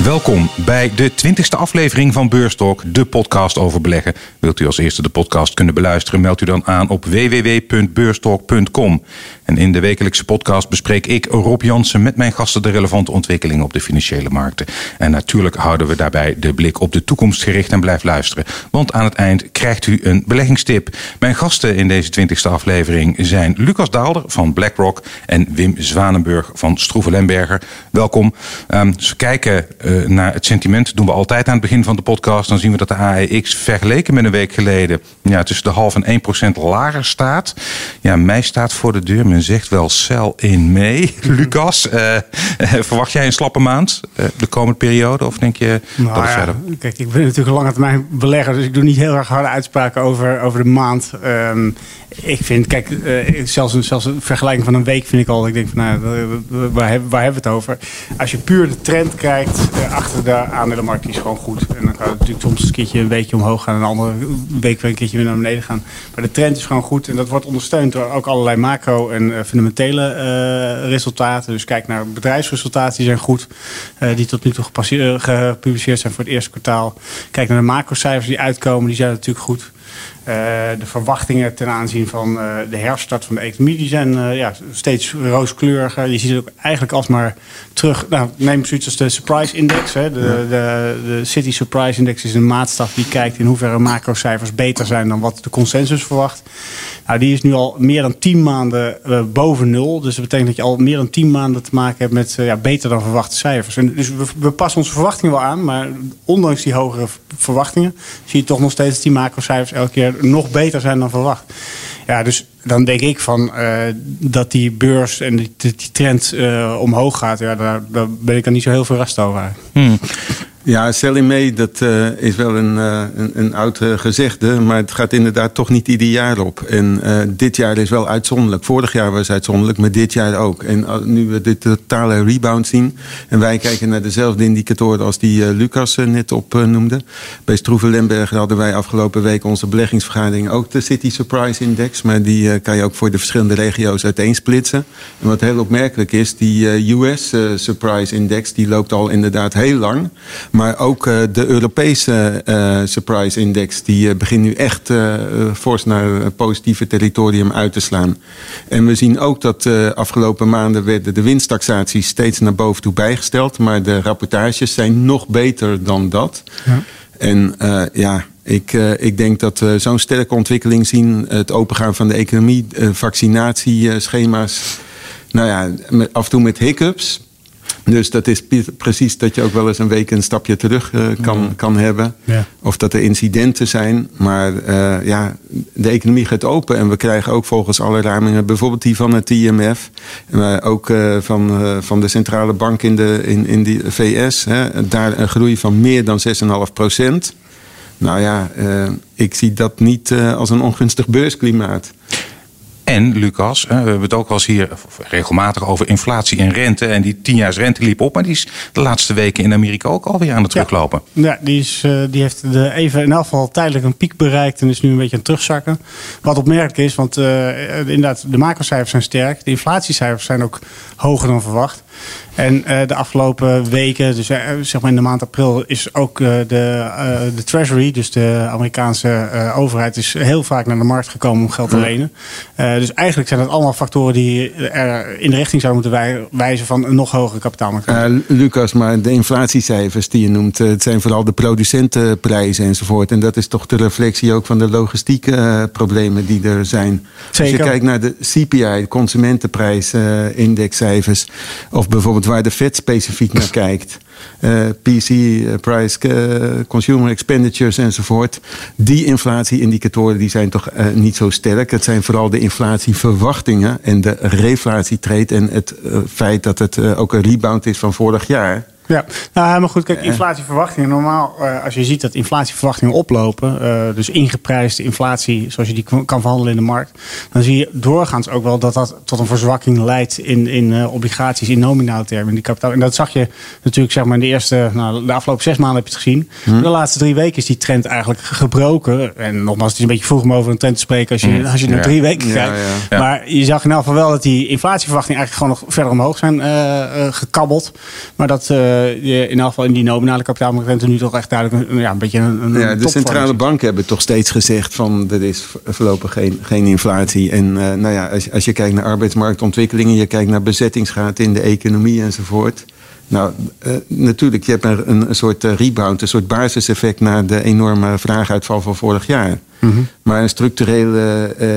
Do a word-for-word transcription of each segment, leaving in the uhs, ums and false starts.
Welkom bij de twintigste aflevering van Beurstalk, de podcast over beleggen. Wilt u als eerste de podcast kunnen beluisteren, meld u dan aan op w w w punt beurstalk punt com. En in de wekelijkse podcast bespreek ik, Rob Jansen, met mijn gasten de relevante ontwikkelingen op de financiële markten. En natuurlijk houden we daarbij de blik op de toekomst gericht en blijf luisteren. Want aan het eind krijgt u een beleggingstip. Mijn gasten in deze twintigste aflevering zijn Lucas Daalder van BlackRock en Wim Zwanenburg van Stroeven Lemberger. Welkom. Um, als we kijken uh, naar het sentiment, doen we altijd aan het begin van de podcast. Dan zien we dat de A E X vergeleken met een week geleden ja, tussen de half en één procent lager staat. Ja, mij staat voor de deur. Men zegt wel sell in May. Lucas, uh, uh, verwacht jij een slappe maand uh, de komende periode? Of denk je nou dat het ja, verder? Kijk, ik ben natuurlijk een lange termijn belegger, dus ik doe niet heel erg harde uitspraken over, over de maand. Um, ik vind, kijk, uh, zelfs, een, zelfs een vergelijking van een week vind ik al. Ik denk van, nou, waar hebben, waar hebben we het over? Als je puur de trend kijkt uh, achter de aandelenmarkt, die is gewoon goed. En dan kan het natuurlijk soms een keertje een beetje omhoog gaan en een andere week weer een keertje weer naar beneden gaan. Maar de trend is gewoon goed en dat wordt ondersteund door ook allerlei macro- en uh, fundamentele uh, resultaten. Dus kijk naar bedrijfsresultaten, die zijn goed. Uh, die tot nu toe gepasseerd, gepubliceerd zijn voor het eerste kwartaal. Kijk naar de macrocijfers die uitkomen, die zijn natuurlijk goed. Uh, de verwachtingen ten aanzien van uh, de herstart van de economie, die zijn uh, ja, steeds rooskleuriger. Je ziet het ook eigenlijk alsmaar terug. Nou, neem zoiets als de Surprise Index. Hè. De, ja. de, de City Surprise Index is een maatstaf die kijkt in hoeverre macrocijfers beter zijn dan wat de consensus verwacht. Nou, die is nu al meer dan tien maanden uh, boven nul. Dus dat betekent dat je al meer dan tien maanden te maken hebt met uh, ja, beter dan verwachte cijfers. En dus we, we passen onze verwachtingen wel aan, maar ondanks die hogere verwachtingen zie je toch nog steeds dat die macrocijfers elke keer nog beter zijn dan verwacht. Ja, dus dan denk ik van uh, dat die beurs en die, die trend uh, omhoog gaat. Ja, daar, daar ben ik dan niet zo heel verrast over. Hmm. Ja, sell in May, dat uh, is wel een, uh, een, een oud uh, gezegde, maar het gaat inderdaad toch niet ieder jaar op. En uh, dit jaar is wel uitzonderlijk. Vorig jaar was uitzonderlijk, maar dit jaar ook. En uh, nu we de totale rebound zien, en wij kijken naar dezelfde indicatoren als die uh, Lucas uh, net opnoemde. Uh, Bij Stroeven Lemberger hadden wij afgelopen week onze beleggingsvergadering ook de City Surprise Index, maar die uh, kan je ook voor de verschillende regio's uiteensplitsen. En wat heel opmerkelijk is, die uh, U S uh, Surprise Index, die loopt al inderdaad heel lang. Maar ook uh, de Europese uh, Surprise Index, die uh, begint nu echt uh, fors naar een positieve territorium uit te slaan. En we zien ook dat uh, afgelopen maanden werden de winsttaxaties steeds naar boven toe bijgesteld. Maar de rapportages zijn nog beter dan dat. Ja. En uh, ja... Ik, uh, ik denk dat we zo'n sterke ontwikkeling zien. Het opengaan van de economie, uh, vaccinatieschema's. Nou ja, met, af en toe met hiccups. Dus dat is precies dat je ook wel eens een week een stapje terug uh, kan, ja. kan hebben. Ja. Of dat er incidenten zijn. Maar uh, ja, de economie gaat open. En we krijgen ook volgens alle ramingen, bijvoorbeeld die van het I M F. Maar ook uh, van, uh, van de centrale bank in de, in, in de V S. Hè, daar een groei van meer dan zes komma vijf procent. Nou ja, uh, ik zie dat niet uh, als een ongunstig beursklimaat. En Lucas, we hebben het ook wel eens hier regelmatig over inflatie en rente. En die tienjaars rente liep op, maar die is de laatste weken in Amerika ook alweer aan het teruglopen. Ja, ja die, is, die heeft de even in elk geval tijdelijk een piek bereikt en is nu een beetje aan het terugzakken. Wat opmerkelijk is, want uh, inderdaad, de macrocijfers zijn sterk. De inflatiecijfers zijn ook hoger dan verwacht. En uh, de afgelopen weken, dus uh, zeg maar in de maand april, is ook uh, de, uh, de Treasury, dus de Amerikaanse uh, overheid, is heel vaak naar de markt gekomen om geld te lenen. Uh, dus eigenlijk zijn dat allemaal factoren die er in de richting zouden moeten wijzen van een nog hogere kapitaalmarkt. Uh, Lucas, maar de inflatiecijfers die je noemt, het zijn vooral de producentenprijzen enzovoort. En dat is toch de reflectie ook van de logistieke uh, problemen die er zijn. Zeker. Als je kijkt naar de C P I, consumentenprijsindexcijfers, uh, of bijvoorbeeld waar de Fed specifiek naar kijkt. Uh, P C, uh, price, uh, consumer expenditures enzovoort. Die inflatieindicatoren die zijn toch uh, niet zo sterk. Het zijn vooral de inflatieverwachtingen en de reflatietrade en het uh, feit dat het uh, ook een rebound is van vorig jaar. Ja, nou helemaal goed. Kijk, inflatieverwachtingen. Normaal, uh, als je ziet dat inflatieverwachtingen oplopen, uh, dus ingeprijsde inflatie, zoals je die kan verhandelen in de markt, dan zie je doorgaans ook wel dat dat tot een verzwakking leidt in, in uh, obligaties, in nominale termen, in die kapitaal. En dat zag je natuurlijk, zeg maar, in de eerste, nou, de afgelopen zes maanden heb je het gezien. Hmm. De laatste drie weken is die trend eigenlijk gebroken. En nogmaals, het is een beetje vroeg om over een trend te spreken als je, hmm. als je naar ja. drie weken kijkt. Ja, ja. Ja. Maar je zag in elk geval wel dat die inflatieverwachtingen eigenlijk gewoon nog verder omhoog zijn uh, uh, gekabbeld. Maar dat uh, je in elk geval in die nominale kapitaalmarktrente nu toch echt duidelijk een, ja, een beetje een, een ja, de centrale bank. banken hebben toch steeds gezegd van er is voorlopig geen, geen inflatie. En uh, nou ja, als, als je kijkt naar arbeidsmarktontwikkelingen, je kijkt naar bezettingsgraad in de economie enzovoort. Nou, uh, natuurlijk, je hebt een, een soort uh, rebound, een soort basiseffect na de enorme vraaguitval van vorig jaar. Mm-hmm. Maar een structurele uh,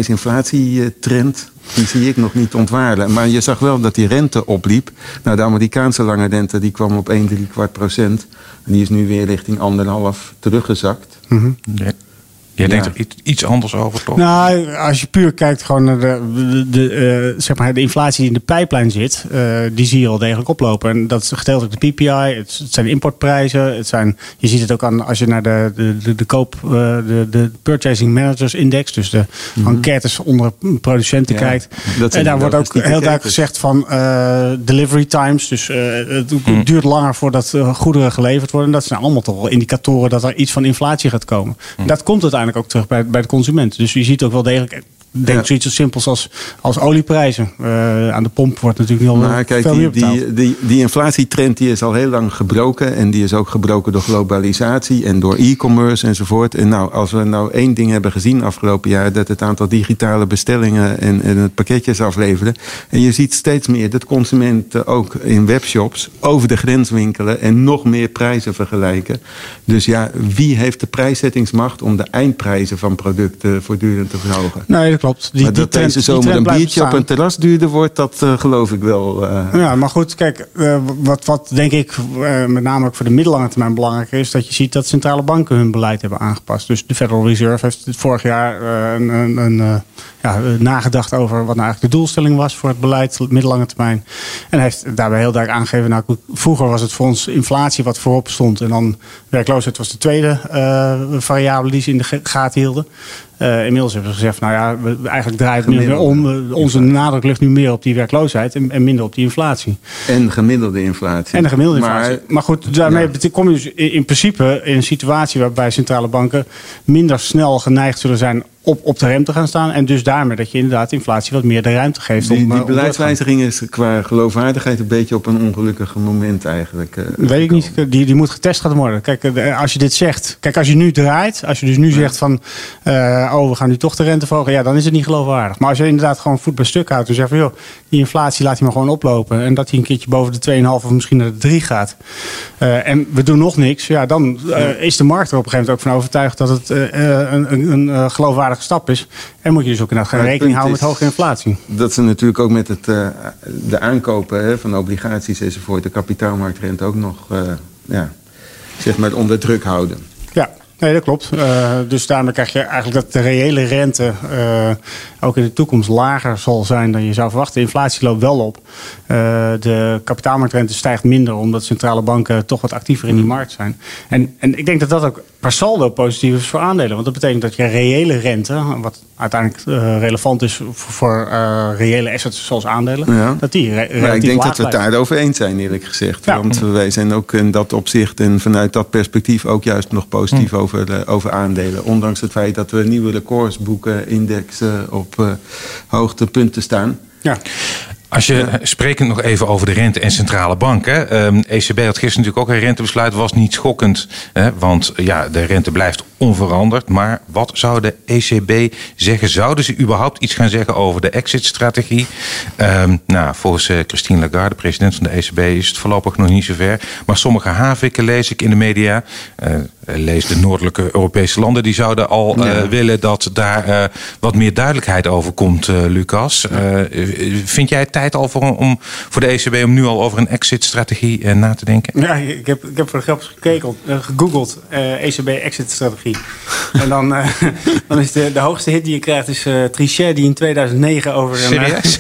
prijs-inflatietrend, die zie ik nog niet ontwaren. Maar je zag wel dat die rente opliep. Nou, de Amerikaanse lange rente die kwam op één komma drie kwart procent. En die is nu weer richting anderhalf teruggezakt. Mm-hmm. Nee. Jij denkt ja. er iets anders over, toch? Nou, als je puur kijkt gewoon naar de, de, de, uh, zeg maar de inflatie die in de pijplijn zit, uh, die zie je wel degelijk oplopen. En dat is gedeeltelijk de P P I, het, het zijn importprijzen, het zijn, je ziet het ook aan als je naar de, de, de, de koop, uh, de, de Purchasing Managers Index, dus de mm-hmm. enquêtes onder producenten ja, kijkt. En daar wordt ook heel duidelijk gezegd van uh, delivery times, dus uh, het mm. duurt langer voordat uh, goederen geleverd worden. En dat zijn allemaal toch wel indicatoren dat er iets van inflatie gaat komen. Mm. Dat komt uiteindelijk ook terug bij, bij de consument. Dus je ziet ook wel degelijk, denk ja. zoiets zo simpels als, als olieprijzen. Uh, aan de pomp wordt natuurlijk niet al maar kijk, veel die, meer betaald. Die, die, die inflatietrend die is al heel lang gebroken. En die is ook gebroken door globalisatie en door e-commerce enzovoort. En nou, als we nou één ding hebben gezien afgelopen jaar, dat het aantal digitale bestellingen en, en het pakketjes afleveren. En je ziet steeds meer dat consumenten ook in webshops over de grens winkelen en nog meer prijzen vergelijken. Dus ja, wie heeft de prijszettingsmacht om de eindprijzen van producten voortdurend te verhogen? Nee, dat klopt. Die, maar die dat trend, deze zomer een biertje staan. op een terras duurder wordt, dat uh, geloof ik wel. Uh... Ja, maar goed, kijk, uh, wat, wat denk ik uh, met name ook voor de middellange termijn belangrijk is, dat je ziet dat centrale banken hun beleid hebben aangepast. Dus de Federal Reserve heeft vorig jaar uh, een, een, een, uh, ja, nagedacht over wat nou eigenlijk de doelstelling was voor het beleid op middellange termijn. En heeft daarbij heel duidelijk aangegeven, nou, vroeger was het voor ons inflatie wat voorop stond en dan werkloosheid was de tweede uh, variabele die ze in de gaten hielden. Uh, inmiddels hebben ze gezegd, nou ja, we, eigenlijk draait het meer om. Uh, onze nadruk ligt nu meer op die werkloosheid en, en minder op die inflatie. En gemiddelde inflatie. En de gemiddelde inflatie. Maar, maar goed, daarmee ja. kom je dus in, in principe in een situatie waarbij centrale banken minder snel geneigd zullen zijn op, op de rem te gaan staan. En dus daarmee dat je inderdaad inflatie wat meer de ruimte geeft. Die, om, die om beleidswijziging is qua geloofwaardigheid een beetje op een ongelukkig moment eigenlijk. Uh, Weet ik niet. Die, die moet getest gaan worden. Kijk, als je dit zegt. Kijk, als je nu draait. Als je dus nu ja. zegt van Uh, oh, we gaan nu toch de rente verhogen. Ja, dan is het niet geloofwaardig. Maar als je inderdaad gewoon voet bij stuk houdt en zegt van joh, die inflatie laat je maar gewoon oplopen. En dat die een keertje boven de twee komma vijf of misschien naar de drie gaat. Uh, en we doen nog niks. Ja, dan uh, is de markt er op een gegeven moment ook van overtuigd dat het uh, een, een, een uh, geloofwaardige stap is. En moet je dus ook inderdaad gaan rekening houden met hoge inflatie. Dat ze natuurlijk ook met het, uh, de aankopen hè, van obligaties enzovoort, de kapitaalmarktrente ook nog uh, ja, zeg maar onder druk houden. Ja. Nee, dat klopt. Uh, dus daarmee krijg je eigenlijk dat de reële rente uh, ook in de toekomst lager zal zijn dan je zou verwachten. De inflatie loopt wel op. Uh, de kapitaalmarktrente stijgt minder omdat centrale banken toch wat actiever in die markt zijn. En, en ik denk dat dat ook per saldo positief is voor aandelen. Want dat betekent dat je reële rente, wat uiteindelijk uh, relevant is voor, voor uh, reële assets zoals aandelen, ja. dat die re- relatief Maar ik denk laag dat we het blijft. daarover eens zijn, eerlijk gezegd. Ja. Want wij zijn ook in dat opzicht en vanuit dat perspectief ook juist nog positief hm. over, uh, over aandelen. Ondanks het feit dat we nieuwe records boeken, indexen op uh, hoogtepunten staan. Ja. Als je ja. sprekend nog even over de rente en centrale banken. Um, E C B had gisteren natuurlijk ook een rentebesluit. Was niet schokkend. Hè, want ja, de rente blijft onveranderd. Maar wat zou de E C B zeggen? Zouden ze überhaupt iets gaan zeggen over de exit-strategie? Um, nou, volgens uh, Christine Lagarde, president van de E C B, is het voorlopig nog niet zover. Maar sommige haviken lees ik in de media. Uh, lees de noordelijke Europese landen. Die zouden al uh, ja. willen dat daar uh, wat meer duidelijkheid over komt, uh, Lucas. Uh, vind jij het tijd al voor, om, voor de E C B om nu al over een exit-strategie uh, na te denken? Ja, ik heb, ik heb voor de grap gekeken, uh, gegoogeld. Uh, E C B exit-strategie. En dan, uh, dan is de, de hoogste hit die je krijgt is uh, Trichet die in tweeduizend negen over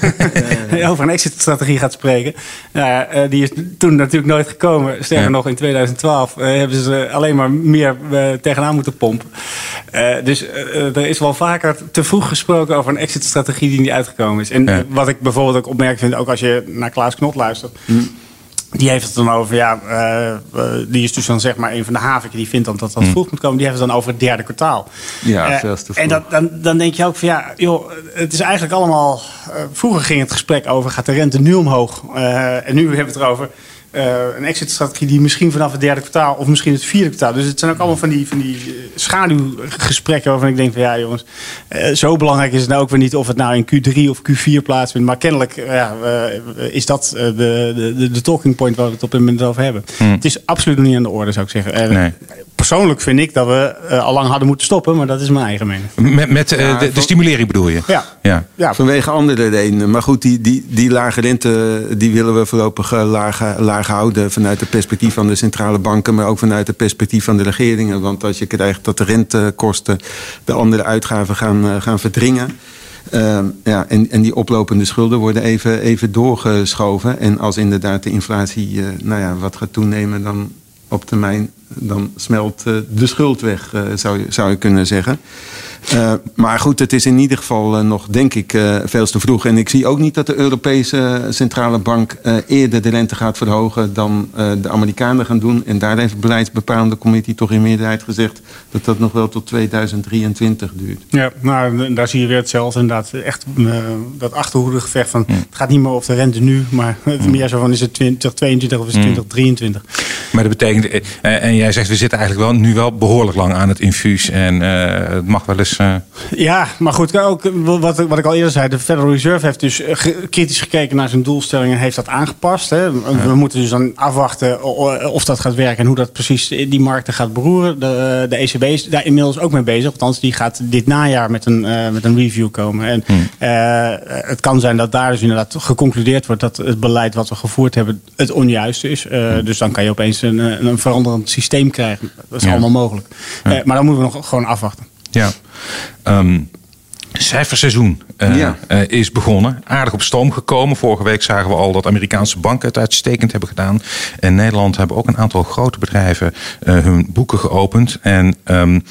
een, uh, over een exit-strategie gaat spreken. Uh, uh, die is toen natuurlijk nooit gekomen. Sterker ja. nog, in tweeduizend twaalf uh, hebben ze alleen maar meer uh, tegenaan moeten pompen. Uh, dus uh, er is wel vaker te vroeg gesproken over een exit-strategie die niet uitgekomen is. En ja. wat ik bijvoorbeeld ook opmerkelijk vind, ook als je naar Klaas Knot luistert. Mm. Die heeft het dan over, ja, uh, uh, die is dus dan zeg maar een van de haviken die vindt dan dat dat vroeg moet komen. Die heeft het dan over het derde kwartaal. Ja, uh, veel te vroeg. En dat, dan, dan denk je ook van ja, joh, het is eigenlijk allemaal. Uh, vroeger ging het gesprek over, gaat de rente nu omhoog? Uh, en nu hebben we het erover. uh, een exit-strategie die misschien vanaf het derde kwartaal of misschien het vierde kwartaal. Dus het zijn ook allemaal van die, van die schaduwgesprekken waarvan ik denk van ja jongens, uh, zo belangrijk is het nou ook weer niet of het nou in Q drie of Q vier plaatsvindt. Maar kennelijk uh, ja, uh, is dat uh, de, de, de talking point waar we het op dit moment over hebben. Hmm. Het is absoluut nog niet aan de orde, zou ik zeggen. Uh, nee. Persoonlijk vind ik dat we uh, al lang hadden moeten stoppen, maar dat is mijn eigen mening. Met, met uh, ja, de, de stimulering bedoel je? Ja. ja. ja. Vanwege andere redenen. Maar goed, die, die, die lage rente die willen we voorlopig uh, laag, laag houden vanuit het perspectief van de centrale banken, maar ook vanuit het perspectief van de regeringen. Want als je krijgt dat de rentekosten de andere uitgaven gaan, uh, gaan verdringen. Uh, ja, en, en die oplopende schulden worden even, even doorgeschoven. En als inderdaad de inflatie uh, nou ja, wat gaat toenemen, dan op termijn dan smelt uh, de schuld weg, uh, zou, je, zou je kunnen zeggen. Uh, maar goed, het is in ieder geval uh, nog, denk ik, uh, veel te vroeg. En ik zie ook niet dat de Europese Centrale Bank uh, eerder de rente gaat verhogen dan uh, de Amerikanen gaan doen. En daar heeft het beleidsbepalende committee toch in meerderheid gezegd dat dat nog wel tot tweeduizend drieëntwintig duurt. Ja, nou, daar zie je weer hetzelfde. Inderdaad, echt uh, dat achterhoedegevecht van mm. het gaat niet meer over de rente nu, maar het mm. meer zo van is het twintig tweeëntwintig of is het mm. twintig drieëntwintig. Maar dat betekent, uh, en jij zegt we zitten eigenlijk wel nu wel behoorlijk lang aan het infuus en uh, het mag wel eens. Uh... Ja, maar goed, ook wat, wat ik al eerder zei, de Federal Reserve heeft dus ge- kritisch gekeken naar zijn doelstellingen en heeft dat aangepast. Hè. Ja. We moeten dus dan afwachten of dat gaat werken en hoe dat precies die markten gaat beroeren. De, de E C B is daar inmiddels ook mee bezig, althans die gaat dit najaar met een, uh, met een review komen. En hmm. uh, het kan zijn dat daar dus inderdaad geconcludeerd wordt dat het beleid wat we gevoerd hebben het onjuiste is. Uh, hmm. Dus dan kan je opeens een, een veranderend systeem krijgen. Dat is ja. allemaal mogelijk. Ja. Uh, maar dan moeten we nog gewoon afwachten. Ja. Um, cijferseizoen uh, ja. uh, is begonnen. Aardig op stoom gekomen. Vorige week zagen we al dat Amerikaanse banken het uitstekend hebben gedaan. In Nederland hebben ook een aantal grote bedrijven uh, hun boeken geopend. En um,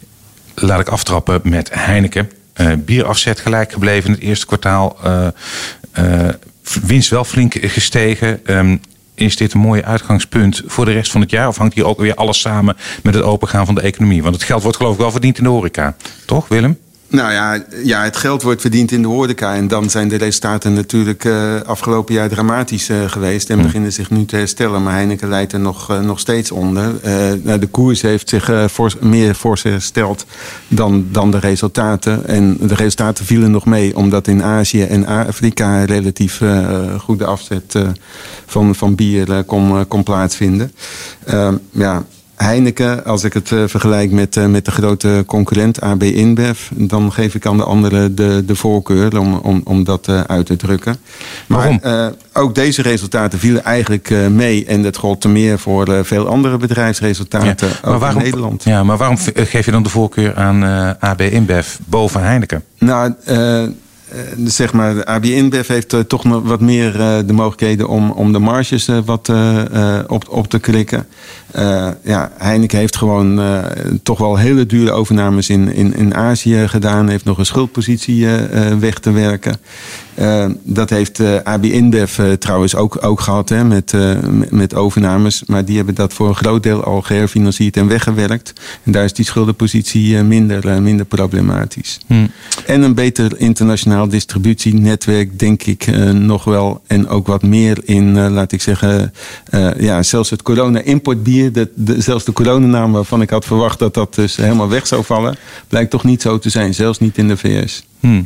laat ik aftrappen met Heineken. Uh, bierafzet gelijk gebleven in het eerste kwartaal. Uh, uh, winst wel flink gestegen. Um, Is dit een mooi uitgangspunt voor de rest van het jaar? Of hangt hier ook weer alles samen met het opengaan van de economie? Want het geld wordt geloof ik wel verdiend in de horeca. Toch, Willem? Nou ja, ja, het geld wordt verdiend in de horeca. En dan zijn de resultaten natuurlijk uh, afgelopen jaar dramatisch uh, geweest. En hmm. beginnen zich nu te herstellen. Maar Heineken leidt er nog, uh, nog steeds onder. Uh, nou, de koers heeft zich uh, fors, meer fors hersteld dan, dan de resultaten. En de resultaten vielen nog mee. Omdat in Azië en Afrika relatief uh, goede afzet uh, van, van bier uh, kon, uh, kon plaatsvinden. Uh, ja... Heineken, als ik het uh, vergelijk met, uh, met de grote concurrent A B InBev, dan geef ik aan de anderen de, de voorkeur om, om, om dat uh, uit te drukken. Maar uh, ook deze resultaten vielen eigenlijk uh, mee en dat gold te meer voor uh, veel andere bedrijfsresultaten ja, ook waarom, in Nederland. Ja, maar waarom geef je dan de voorkeur aan uh, A B InBev boven Heineken? Nou, uh, Uh, zeg maar, A B InBev heeft uh, toch nog wat meer uh, de mogelijkheden om, om de marges uh, wat uh, uh, op, op te klikken. Uh, ja, Heineken heeft gewoon uh, toch wel hele dure overnames in, in, in Azië gedaan. Heeft nog een schuldpositie uh, uh, weg te werken. Uh, dat heeft uh, A B InBev uh, trouwens ook, ook gehad hè, met, uh, met, met overnames. Maar die hebben dat voor een groot deel al geherfinancierd en weggewerkt. En daar is die schuldenpositie uh, minder, uh, minder problematisch. Hmm. En een beter internationaal distributienetwerk, denk ik uh, nog wel. En ook wat meer in, uh, laat ik zeggen, uh, ja, zelfs het corona-importbier. De, de, zelfs de coronanaam waarvan ik had verwacht dat dat dus helemaal weg zou vallen, blijkt toch niet zo te zijn. Zelfs niet in de V S. Hmm.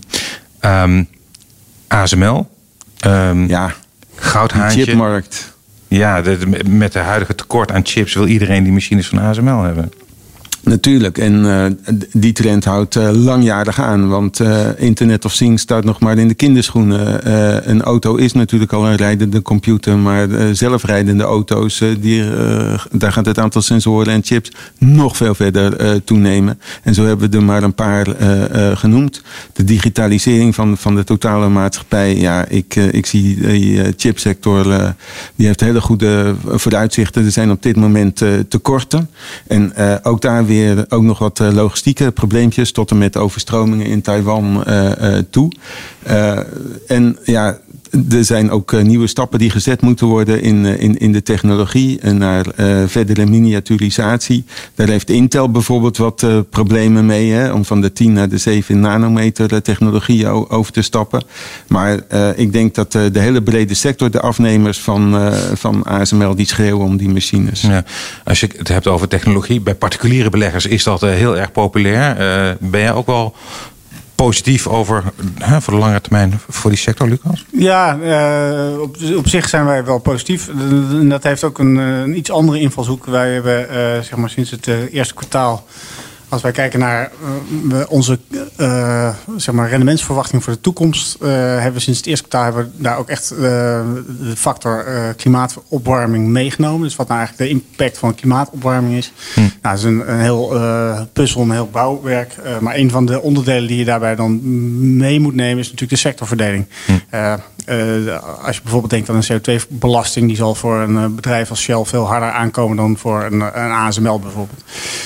Um, A S M L. Um, ja, goudhaantje. Chipmarkt. Ja, de, de, met de huidige tekort aan chips wil iedereen die machines van A S M L hebben. Natuurlijk, en uh, die trend houdt uh, langjarig aan. Want uh, Internet of Things staat nog maar in de kinderschoenen. Uh, een auto is natuurlijk al een rijdende computer. Maar uh, zelfrijdende auto's, uh, die, uh, daar gaat het aantal sensoren en chips nog veel verder uh, toenemen. En zo hebben we er maar een paar uh, uh, genoemd. De digitalisering van, van de totale maatschappij. Ja, ik, uh, ik zie die uh, chipsector, uh, die heeft hele goede vooruitzichten. Er zijn op dit moment uh, tekorten. En uh, ook daar weer ook nog wat logistieke probleempjes tot en met overstromingen in Taiwan uh, uh, toe. Uh, en ja, er zijn ook uh, nieuwe stappen die gezet moeten worden in, uh, in, in de technologie en naar uh, verdere miniaturisatie. Daar heeft Intel bijvoorbeeld wat uh, problemen mee, hè, om van de tien naar de zeven nanometer technologie over te stappen. Maar uh, ik denk dat uh, de hele brede sector, de afnemers van, uh, van A S M L, die schreeuwen om die machines. Ja, als je het hebt over technologie, bij particuliere beleggers is dat uh, heel erg populair. Uh, ben jij ook wel positief over hè, voor de lange termijn voor die sector, Lucas? Ja, uh, op, op zich zijn wij wel positief. Dat heeft ook een, een iets andere invalshoek. Wij hebben uh, zeg maar sinds het uh, eerste kwartaal, als wij kijken naar uh, onze uh, zeg maar rendementsverwachting voor de toekomst, uh, hebben we sinds het eerste kwartaal hebben we daar ook echt uh, de factor uh, klimaatopwarming meegenomen. Dus wat nou eigenlijk de impact van klimaatopwarming is. Hm. Nou, dat is een, een heel uh, puzzel, een heel bouwwerk. Uh, maar een van de onderdelen die je daarbij dan mee moet nemen is natuurlijk de sectorverdeling. Hm. Uh, uh, als je bijvoorbeeld denkt aan een C O twee belasting, die zal voor een bedrijf als Shell veel harder aankomen dan voor een, een A S M L bijvoorbeeld.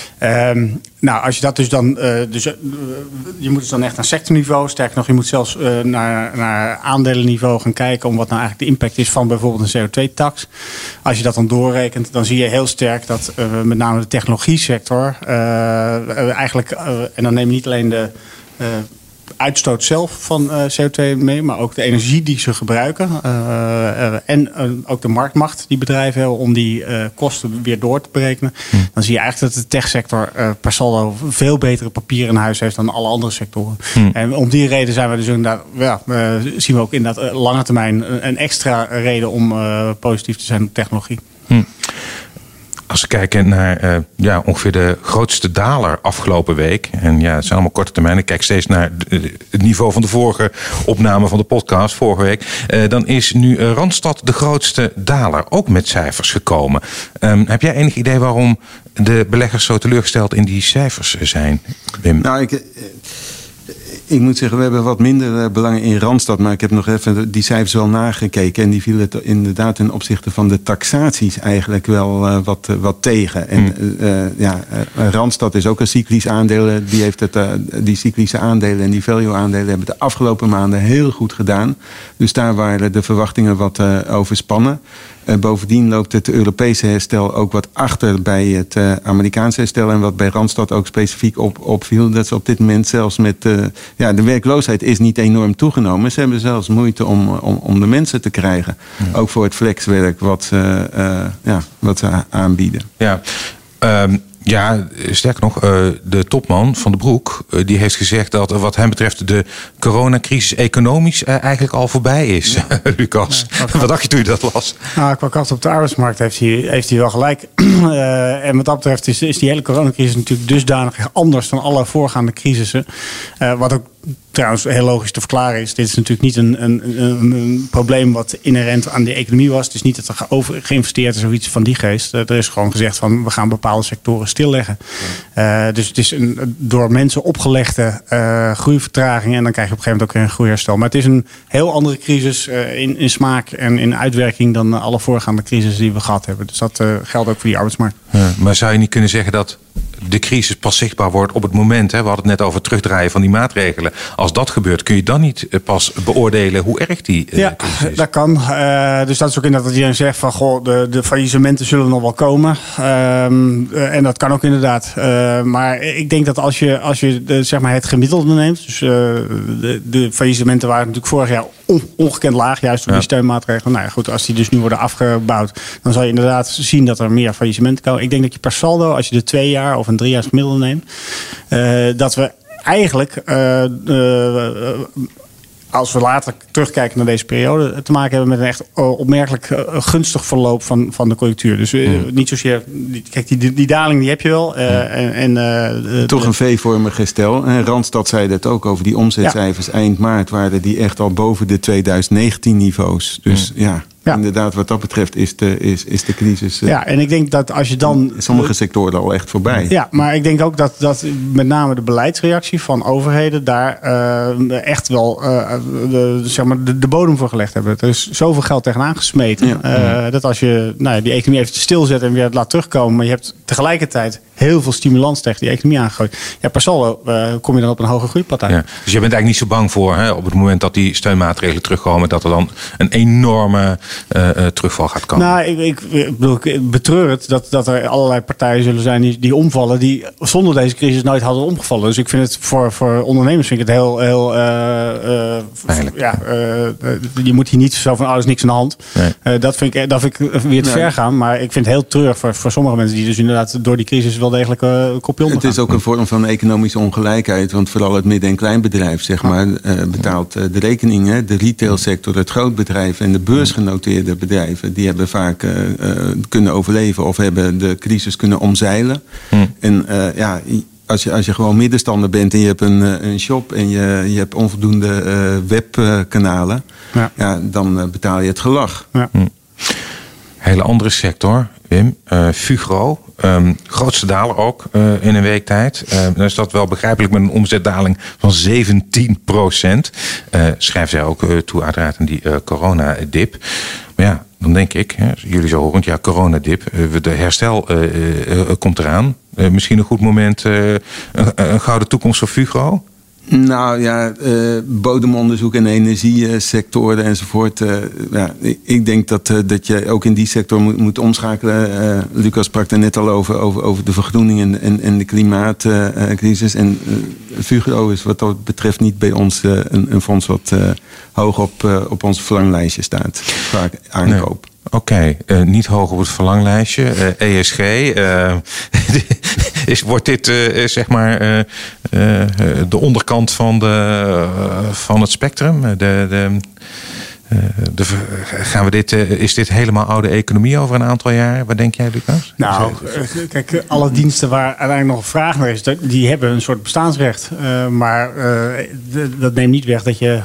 Um, nou, als je dat dus dan, uh, dus, uh, je moet dus dan echt naar sectorniveau. Sterker nog, je moet zelfs uh, naar, naar aandelenniveau gaan kijken om wat nou eigenlijk de impact is van bijvoorbeeld een C O twee tax. Als je dat dan doorrekent, dan zie je heel sterk dat uh, met name de technologie sector uh, eigenlijk, uh, en dan neem je niet alleen de uh, uitstoot zelf van uh, C O twee mee, maar ook de energie die ze gebruiken. Uh, uh, en uh, ook de marktmacht die bedrijven hebben om die uh, kosten weer door te berekenen. Hm. Dan zie je eigenlijk dat de techsector uh, per saldo veel betere papieren in huis heeft dan alle andere sectoren. Hm. En om die reden zijn we dus inderdaad, ja, uh, zien we ook inderdaad uh, lange termijn een extra reden om uh, positief te zijn op technologie. Hm. Als we kijken naar uh, ja, ongeveer de grootste daler afgelopen week. En ja, het zijn allemaal korte termijn. Ik kijk steeds naar de, het niveau van de vorige opname van de podcast, vorige week. Uh, dan is nu uh, Randstad de grootste daler. Ook met cijfers gekomen. Um, heb jij enig idee waarom de beleggers zo teleurgesteld in die cijfers zijn, Wim? Nou, ik... Ik moet zeggen, we hebben wat minder belangen in Randstad. Maar ik heb nog even die cijfers wel nagekeken. En die vielen inderdaad ten opzichte van de taxaties eigenlijk wel uh, wat, uh, wat tegen. En uh, ja, uh, Randstad is ook een cyclisch aandeel. Die, heeft het, uh, die cyclische aandelen en die value aandelen hebben de afgelopen maanden heel goed gedaan. Dus daar waren de verwachtingen wat uh, overspannen. Uh, bovendien loopt het Europese herstel ook wat achter bij het uh, Amerikaanse herstel. En wat bij Randstad ook specifiek op, opviel, dat ze op dit moment zelfs met... Uh, ja, de werkloosheid is niet enorm toegenomen. Ze hebben zelfs moeite om, om, om de mensen te krijgen. Ja. Ook voor het flexwerk wat, uh, uh, ja, wat ze aanbieden. Ja, um... Ja, sterker nog, de topman van de Broek, die heeft gezegd dat wat hem betreft de coronacrisis economisch eigenlijk al voorbij is. Ja. Lucas, ja, wat dacht je toen je dat las? Nou, qua kracht op de arbeidsmarkt heeft hij, heeft hij wel gelijk. Uh, en wat dat betreft is, is die hele coronacrisis natuurlijk dusdanig anders dan alle voorgaande crisissen. Uh, wat ook trouwens heel logisch te verklaren is. Dit is natuurlijk niet een, een, een, een probleem wat inherent aan de economie was. Het is niet dat er over geïnvesteerd is of iets van die geest. Er is gewoon gezegd van we gaan bepaalde sectoren stilleggen. Uh, dus het is een door mensen opgelegde uh, groeivertraging. En dan krijg je op een gegeven moment ook weer een groeiherstel. Maar het is een heel andere crisis uh, in, in smaak en in uitwerking dan alle voorgaande crisis die we gehad hebben. Dus dat uh, geldt ook voor die arbeidsmarkt. Ja, maar zou je niet kunnen zeggen dat de crisis pas zichtbaar wordt op het moment, hè, we hadden het net over het terugdraaien van die maatregelen. Als dat gebeurt, kun je dan niet pas beoordelen hoe erg die uh, ja, crisis is? Dat kan. Uh, dus dat is ook inderdaad dat iedereen zegt van goh, de, de faillissementen zullen nog wel komen. Um, uh, en dat kan ook inderdaad. Uh, maar ik denk dat als je, als je de, zeg maar het gemiddelde neemt, dus uh, de, de faillissementen waren natuurlijk vorig jaar on, ongekend laag, juist door die ja. steunmaatregelen. Nou ja, goed, als die dus nu worden afgebouwd, dan zal je inderdaad zien dat er meer faillissementen komen. Ik denk dat je per saldo, als je de twee jaar of een drie jaar gemiddelde neemt, uh, dat we eigenlijk uh, uh, als we later terugkijken naar deze periode, te maken hebben met een echt opmerkelijk uh, gunstig verloop van, van de conjunctuur. Dus uh, mm. niet zozeer, kijk, die, die, die daling die heb je wel. Uh, mm. en, en, uh, Toch een V-vormig gestel. En Randstad zei dat ook over die omzetcijfers. Ja. Eind maart waren die echt al boven de twintig negentien niveaus. Dus mm. ja. Ja. Inderdaad, wat dat betreft is de, is, is de crisis... Uh, ja, en ik denk dat als je dan... sommige sectoren al echt voorbij. Ja, maar ik denk ook dat, dat met name de beleidsreactie van overheden daar uh, echt wel uh, de, zeg maar de, de bodem voor gelegd hebben. Er is zoveel geld tegenaan gesmeten. Ja. Uh, dat als je nou ja, die economie even stilzet en weer laat terugkomen, maar je hebt tegelijkertijd heel veel stimulans tegen die economie aangegooid. Ja, per saldo uh, kom je dan op een hoge groeiplaat uit. Ja, dus je bent eigenlijk niet zo bang voor, hè, op het moment dat die steunmaatregelen terugkomen, dat er dan een enorme uh, uh, terugval gaat komen? Nou, ik, ik, ik, bedoel, ik betreur het dat, dat er allerlei partijen zullen zijn die, die omvallen, die zonder deze crisis nooit hadden omgevallen. Dus ik vind het voor, voor ondernemers vind ik het heel, heel uh, uh, ja, uh, je moet hier niet zo van, oh, er is niks aan de hand. Nee. Uh, dat vind ik, dat vind ik weer te nee. ver gaan. Maar ik vind het heel treurig voor, voor sommige mensen die dus inderdaad door die crisis wel degelijk uh, een kopje ondergaan. Het is ook een vorm van economische ongelijkheid. Want vooral het midden- en kleinbedrijf, zeg maar, uh, betaalt uh, de rekeningen. De retailsector, het grootbedrijf en de beursgenoteerde bedrijven, die hebben vaak uh, uh, kunnen overleven of hebben de crisis kunnen omzeilen. Hmm. En uh, ja, als je, als je gewoon middenstander bent en je hebt een, een shop en je, je hebt onvoldoende uh, webkanalen, ja. Ja, dan uh, betaal je het gelag. Ja. Hmm. Hele andere sector, Wim. Uh, Fugro. Um, grootste daler ook uh, in een week tijd. Uh, dan is dat wel begrijpelijk met een omzetdaling van zeventien procent. Uh, schrijft zij ook uh, toe uiteraard aan die uh, coronadip. Maar ja, dan denk ik, hè, jullie zo horend, ja, coronadip. Uh, de herstel uh, uh, uh, komt eraan. Uh, misschien een goed moment, uh, een, een gouden toekomst voor Fugro? Nou ja, uh, bodemonderzoek en energiesectoren enzovoort. Uh, ja, ik denk dat, uh, dat je ook in die sector moet, moet omschakelen. Uh, Lucas sprak er net al over, over, over de vergroening en, en, en de klimaatcrisis. Uh, en uh, Fugro is wat dat betreft niet bij ons uh, een, een fonds wat uh, hoog op, uh, op ons verlanglijstje staat. Vaak aankoop. Nee. Oké, okay, uh, niet hoog op het verlanglijstje. Uh, E S G. Uh, is, wordt dit uh, zeg maar uh, uh, de onderkant van, de, uh, van het spectrum? De, de, uh, de, gaan we dit, uh, is dit helemaal oude economie over een aantal jaar? Wat denk jij, Lucas? Nou, kijk, alle diensten waar uiteindelijk nog een vraag naar is, die hebben een soort bestaansrecht. Uh, maar uh, dat neemt niet weg dat je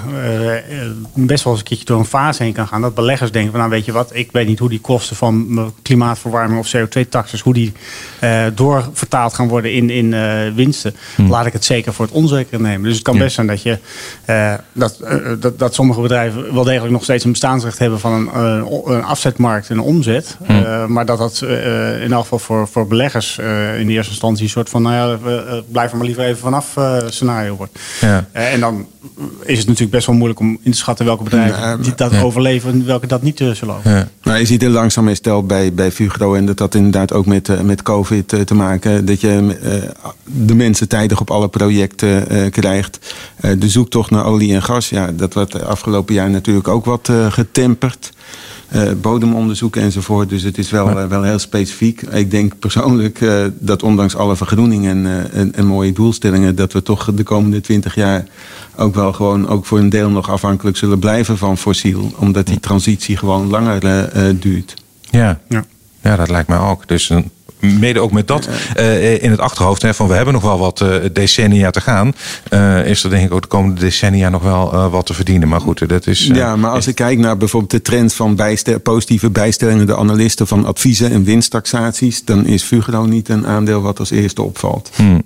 uh, best wel eens een keertje door een fase heen kan gaan. Dat beleggers denken van, nou weet je wat, ik weet niet hoe die kosten van klimaatverwarming of C O twee taxes, hoe die uh, doorvertaald gaan worden in, in uh, winsten. Hmm. Laat ik het zeker voor het onzekere nemen. Dus het kan best zijn dat je uh, dat, uh, dat, dat sommige bedrijven wel degelijk nog steeds een bestaansrecht hebben van een, uh, een afzetmarkt en een omzet. Hmm. Uh, maar dat dat uh, in elk geval voor, voor beleggers uh, in de eerste instantie een soort van, nou ja, uh, blijf er maar liever even vanaf uh, scenario wordt. Ja. Uh, en dan is het natuurlijk best wel moeilijk om in te schatten welke bedrijven ja, die dat ja. overleven en welke dat niet uh, zullen overleven. Ja. Nou, je ziet er langzaam herstel bij, bij Fugro en dat had inderdaad ook met, uh, met COVID uh, te maken. Dat je uh, de mensen tijdig op alle projecten uh, krijgt. Uh, de zoektocht naar olie en gas, ja, dat wordt de afgelopen jaar natuurlijk ook wat uh, getemperd. Uh, bodemonderzoek enzovoort. Dus het is wel, uh, wel heel specifiek. Ik denk persoonlijk uh, dat ondanks alle vergroening en, uh, en, en mooie doelstellingen, dat we toch de komende twintig jaar ook wel gewoon ook voor een deel nog afhankelijk zullen blijven van fossiel. Omdat die transitie gewoon langer uh, uh, duurt. Ja. Ja. ja, dat lijkt mij ook. Dus een mede ook met dat uh, in het achterhoofd, hè, van we hebben nog wel wat uh, decennia te gaan, uh, is er denk ik ook de komende decennia nog wel uh, wat te verdienen. Maar goed, dat is... Uh, ja, maar als is... ik kijk naar bijvoorbeeld de trend van bijstel, positieve bijstellingen, de analisten van adviezen en winsttaxaties, dan is Fugro niet een aandeel wat als eerste opvalt. Hmm.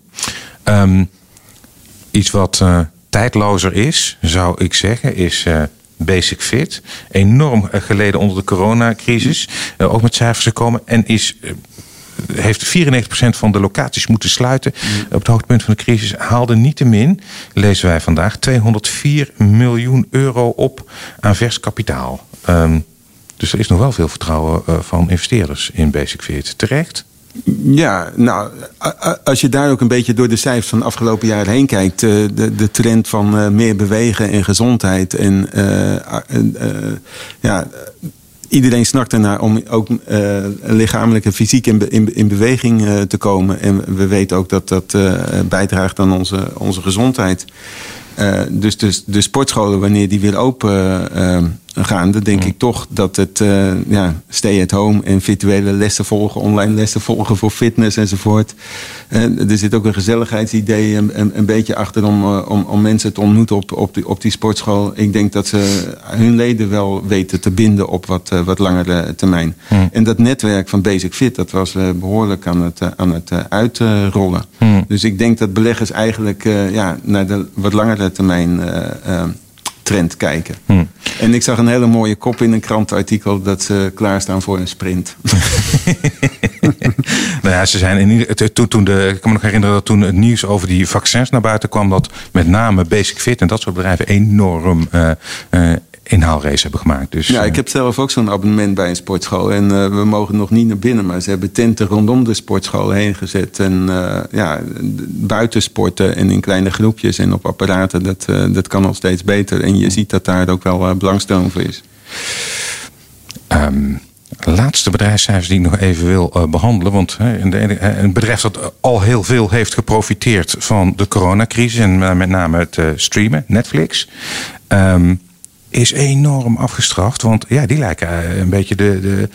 Um, iets wat uh, tijdlozer is, zou ik zeggen, is Uh, Basic Fit. Enorm geleden onder de coronacrisis. Uh, ook met cijfers gekomen. En is, uh, heeft vierennegentig procent van de locaties moeten sluiten. Mm. Op het hoogtepunt van de crisis haalde niettemin, lezen wij vandaag, tweehonderdvier miljoen euro op aan vers kapitaal. Um, dus er is nog wel veel vertrouwen uh, van investeerders in Basic Fit. Terecht? Ja, nou, als je daar ook een beetje door de cijfers van de afgelopen jaren heen kijkt, de, de trend van uh, meer bewegen en gezondheid en uh, uh, ja, iedereen snakt ernaar om ook uh, lichamelijk en fysiek in, be, in, in beweging uh, te komen. En we weten ook dat dat uh, bijdraagt aan onze, onze gezondheid. Uh, dus de, de sportscholen, wanneer die weer open uh, gaan, dan denk mm. ik toch dat het uh, ja, stay at home en virtuele lessen volgen, online lessen volgen voor fitness enzovoort. Uh, er zit ook een gezelligheidsidee een, een, een beetje achter om, uh, om, om mensen te ontmoeten op, op, die, op die sportschool. Ik denk dat ze hun leden wel weten te binden op wat, uh, wat langere termijn. Mm. En dat netwerk van Basic Fit, dat was uh, behoorlijk aan het, uh, aan het uh, uitrollen. Mm. Dus ik denk dat beleggers eigenlijk uh, ja, naar de wat langere termijn uh, uh, trend kijken. Hmm. En ik zag een hele mooie kop in een krantenartikel dat ze klaarstaan voor een sprint. Nou ja, ze zijn in, toen, toen de, ik kan me nog herinneren dat toen het nieuws over die vaccins naar buiten kwam, dat met name Basic Fit en dat soort bedrijven enorm uh, uh, inhaalrace hebben gemaakt. Dus, ja, ik heb zelf ook zo'n abonnement bij een sportschool. En uh, we mogen nog niet naar binnen, maar ze hebben tenten rondom de sportschool heen gezet. En uh, ja, buitensporten en in kleine groepjes en op apparaten, dat, uh, dat kan nog steeds beter. En je ziet dat daar ook wel uh, belangstelling voor is. Um. Laatste bedrijfscijfers die ik nog even wil uh, behandelen. Want uh, een bedrijf dat al heel veel heeft geprofiteerd van de coronacrisis. En uh, met name het uh, streamen, Netflix. Um, is enorm afgestraft. Want ja, die lijken uh, een beetje de... de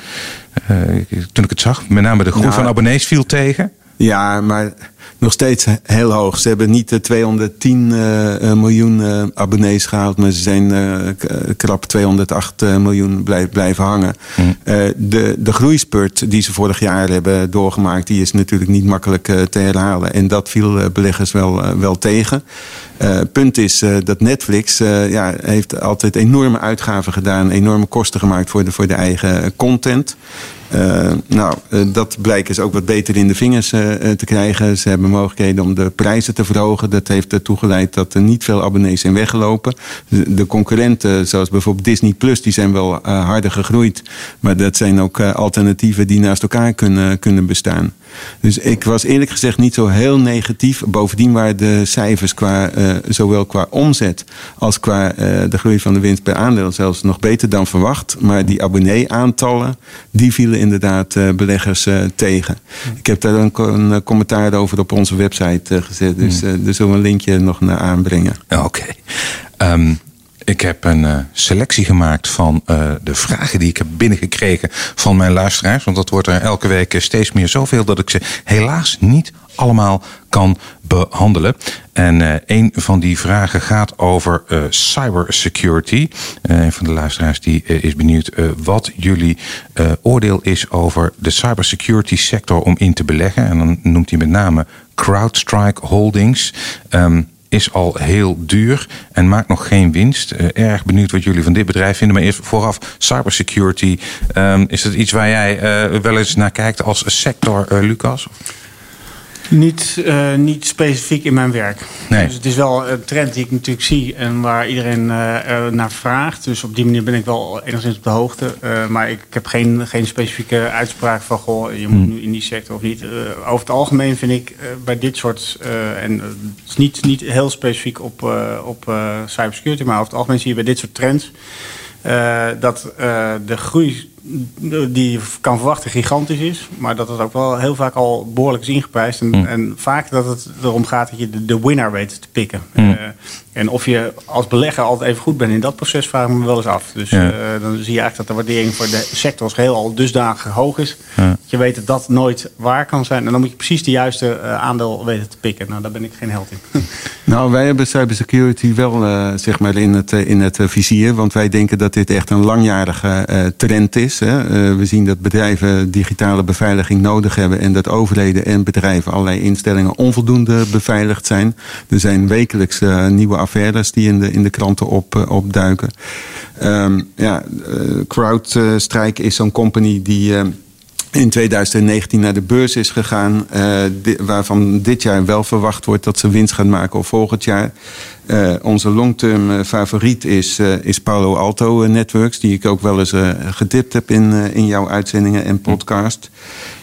uh, toen ik het zag, met name de groei nou, van abonnees viel tegen. Ja, maar nog steeds heel hoog. Ze hebben niet de tweehonderdtien uh, miljoen uh, abonnees gehaald, maar ze zijn uh, krap tweehonderdacht miljoen blijf, blijven hangen. Mm. Uh, de, de groeispurt die ze vorig jaar hebben doorgemaakt, die is natuurlijk niet makkelijk uh, te herhalen. En dat viel uh, beleggers wel, uh, wel tegen. Uh, punt is uh, dat Netflix uh, ja, heeft altijd enorme uitgaven gedaan, enorme kosten gemaakt voor de, voor de eigen content. Uh, nou, uh, dat blijkt dus ook wat beter in de vingers uh, te krijgen. Ze hebben mogelijkheden om de prijzen te verhogen. Dat heeft ertoe geleid dat er niet veel abonnees zijn weggelopen. De, de concurrenten, zoals bijvoorbeeld Disney Plus, die zijn wel uh, harder gegroeid. Maar dat zijn ook uh, alternatieven die naast elkaar kunnen, kunnen bestaan. Dus ik was eerlijk gezegd niet zo heel negatief. Bovendien waren de cijfers qua, uh, zowel qua omzet als qua uh, de groei van de winst per aandeel zelfs nog beter dan verwacht. Maar die abonnee-aantallen, die vielen inderdaad uh, beleggers uh, tegen. Ik heb daar een, een commentaar over op onze website uh, gezet. Dus uh, daar zullen we een linkje nog naar aanbrengen. Oké. Okay. Um... Ik heb een uh, selectie gemaakt van uh, de vragen die ik heb binnengekregen van mijn luisteraars. Want dat wordt er elke week steeds meer zoveel dat ik ze helaas niet allemaal kan behandelen. En uh, een van die vragen gaat over uh, cybersecurity. Uh, een van de luisteraars die uh, is benieuwd uh, wat jullie uh, oordeel is over de cybersecurity sector om in te beleggen. En dan noemt hij met name CrowdStrike Holdings. Um, is al heel duur en maakt nog geen winst. Uh, erg benieuwd wat jullie van dit bedrijf vinden. Maar eerst vooraf, cybersecurity. Um, is dat iets waar jij uh, wel eens naar kijkt als sector, uh, Lucas? Niet, uh, niet specifiek in mijn werk. Nee. Dus het is wel een trend die ik natuurlijk zie en waar iedereen uh, naar vraagt. Dus op die manier ben ik wel enigszins op de hoogte. Uh, maar ik, ik heb geen, geen specifieke uitspraak van goh, je moet nu in die sector of niet. Uh, over het algemeen vind ik uh, bij dit soort, uh, en uh, het is niet, niet heel specifiek op, uh, op uh, cybersecurity, maar over het algemeen zie je bij dit soort trends uh, dat uh, de groei die je kan verwachten gigantisch is, maar dat het ook wel heel vaak al behoorlijk is ingeprijsd. En, mm. en vaak dat het erom gaat dat je de, de winnaar weet te pikken. Mm. Uh, en of je als belegger altijd even goed bent in dat proces, vraag ik me wel eens af. Dus ja. uh, dan zie je eigenlijk dat de waardering voor de sector als geheel al dusdanig hoog is. Ja. Dat je weet dat dat nooit waar kan zijn. En dan moet je precies de juiste uh, aandeel weten te pikken. Nou, daar ben ik geen held in. Nou, wij hebben cybersecurity wel uh, zeg maar in het, uh, in het uh, vizier. Want wij denken dat dit echt een langjarige uh, trend is. Hè. Uh, we zien dat bedrijven digitale beveiliging nodig hebben. En dat overheden en bedrijven allerlei instellingen onvoldoende beveiligd zijn. Er zijn wekelijks uh, nieuwe affaires die in de, in de kranten op, uh, opduiken. Um, ja, uh, CrowdStrike is zo'n company die Uh, in tweeduizend negentien naar de beurs is gegaan, uh, di- waarvan dit jaar wel verwacht wordt dat ze winst gaat maken of volgend jaar. Uh, onze long-term uh, favoriet is, uh, is Palo Alto Networks, die ik ook wel eens uh, getipt heb in, uh, in jouw uitzendingen en podcast.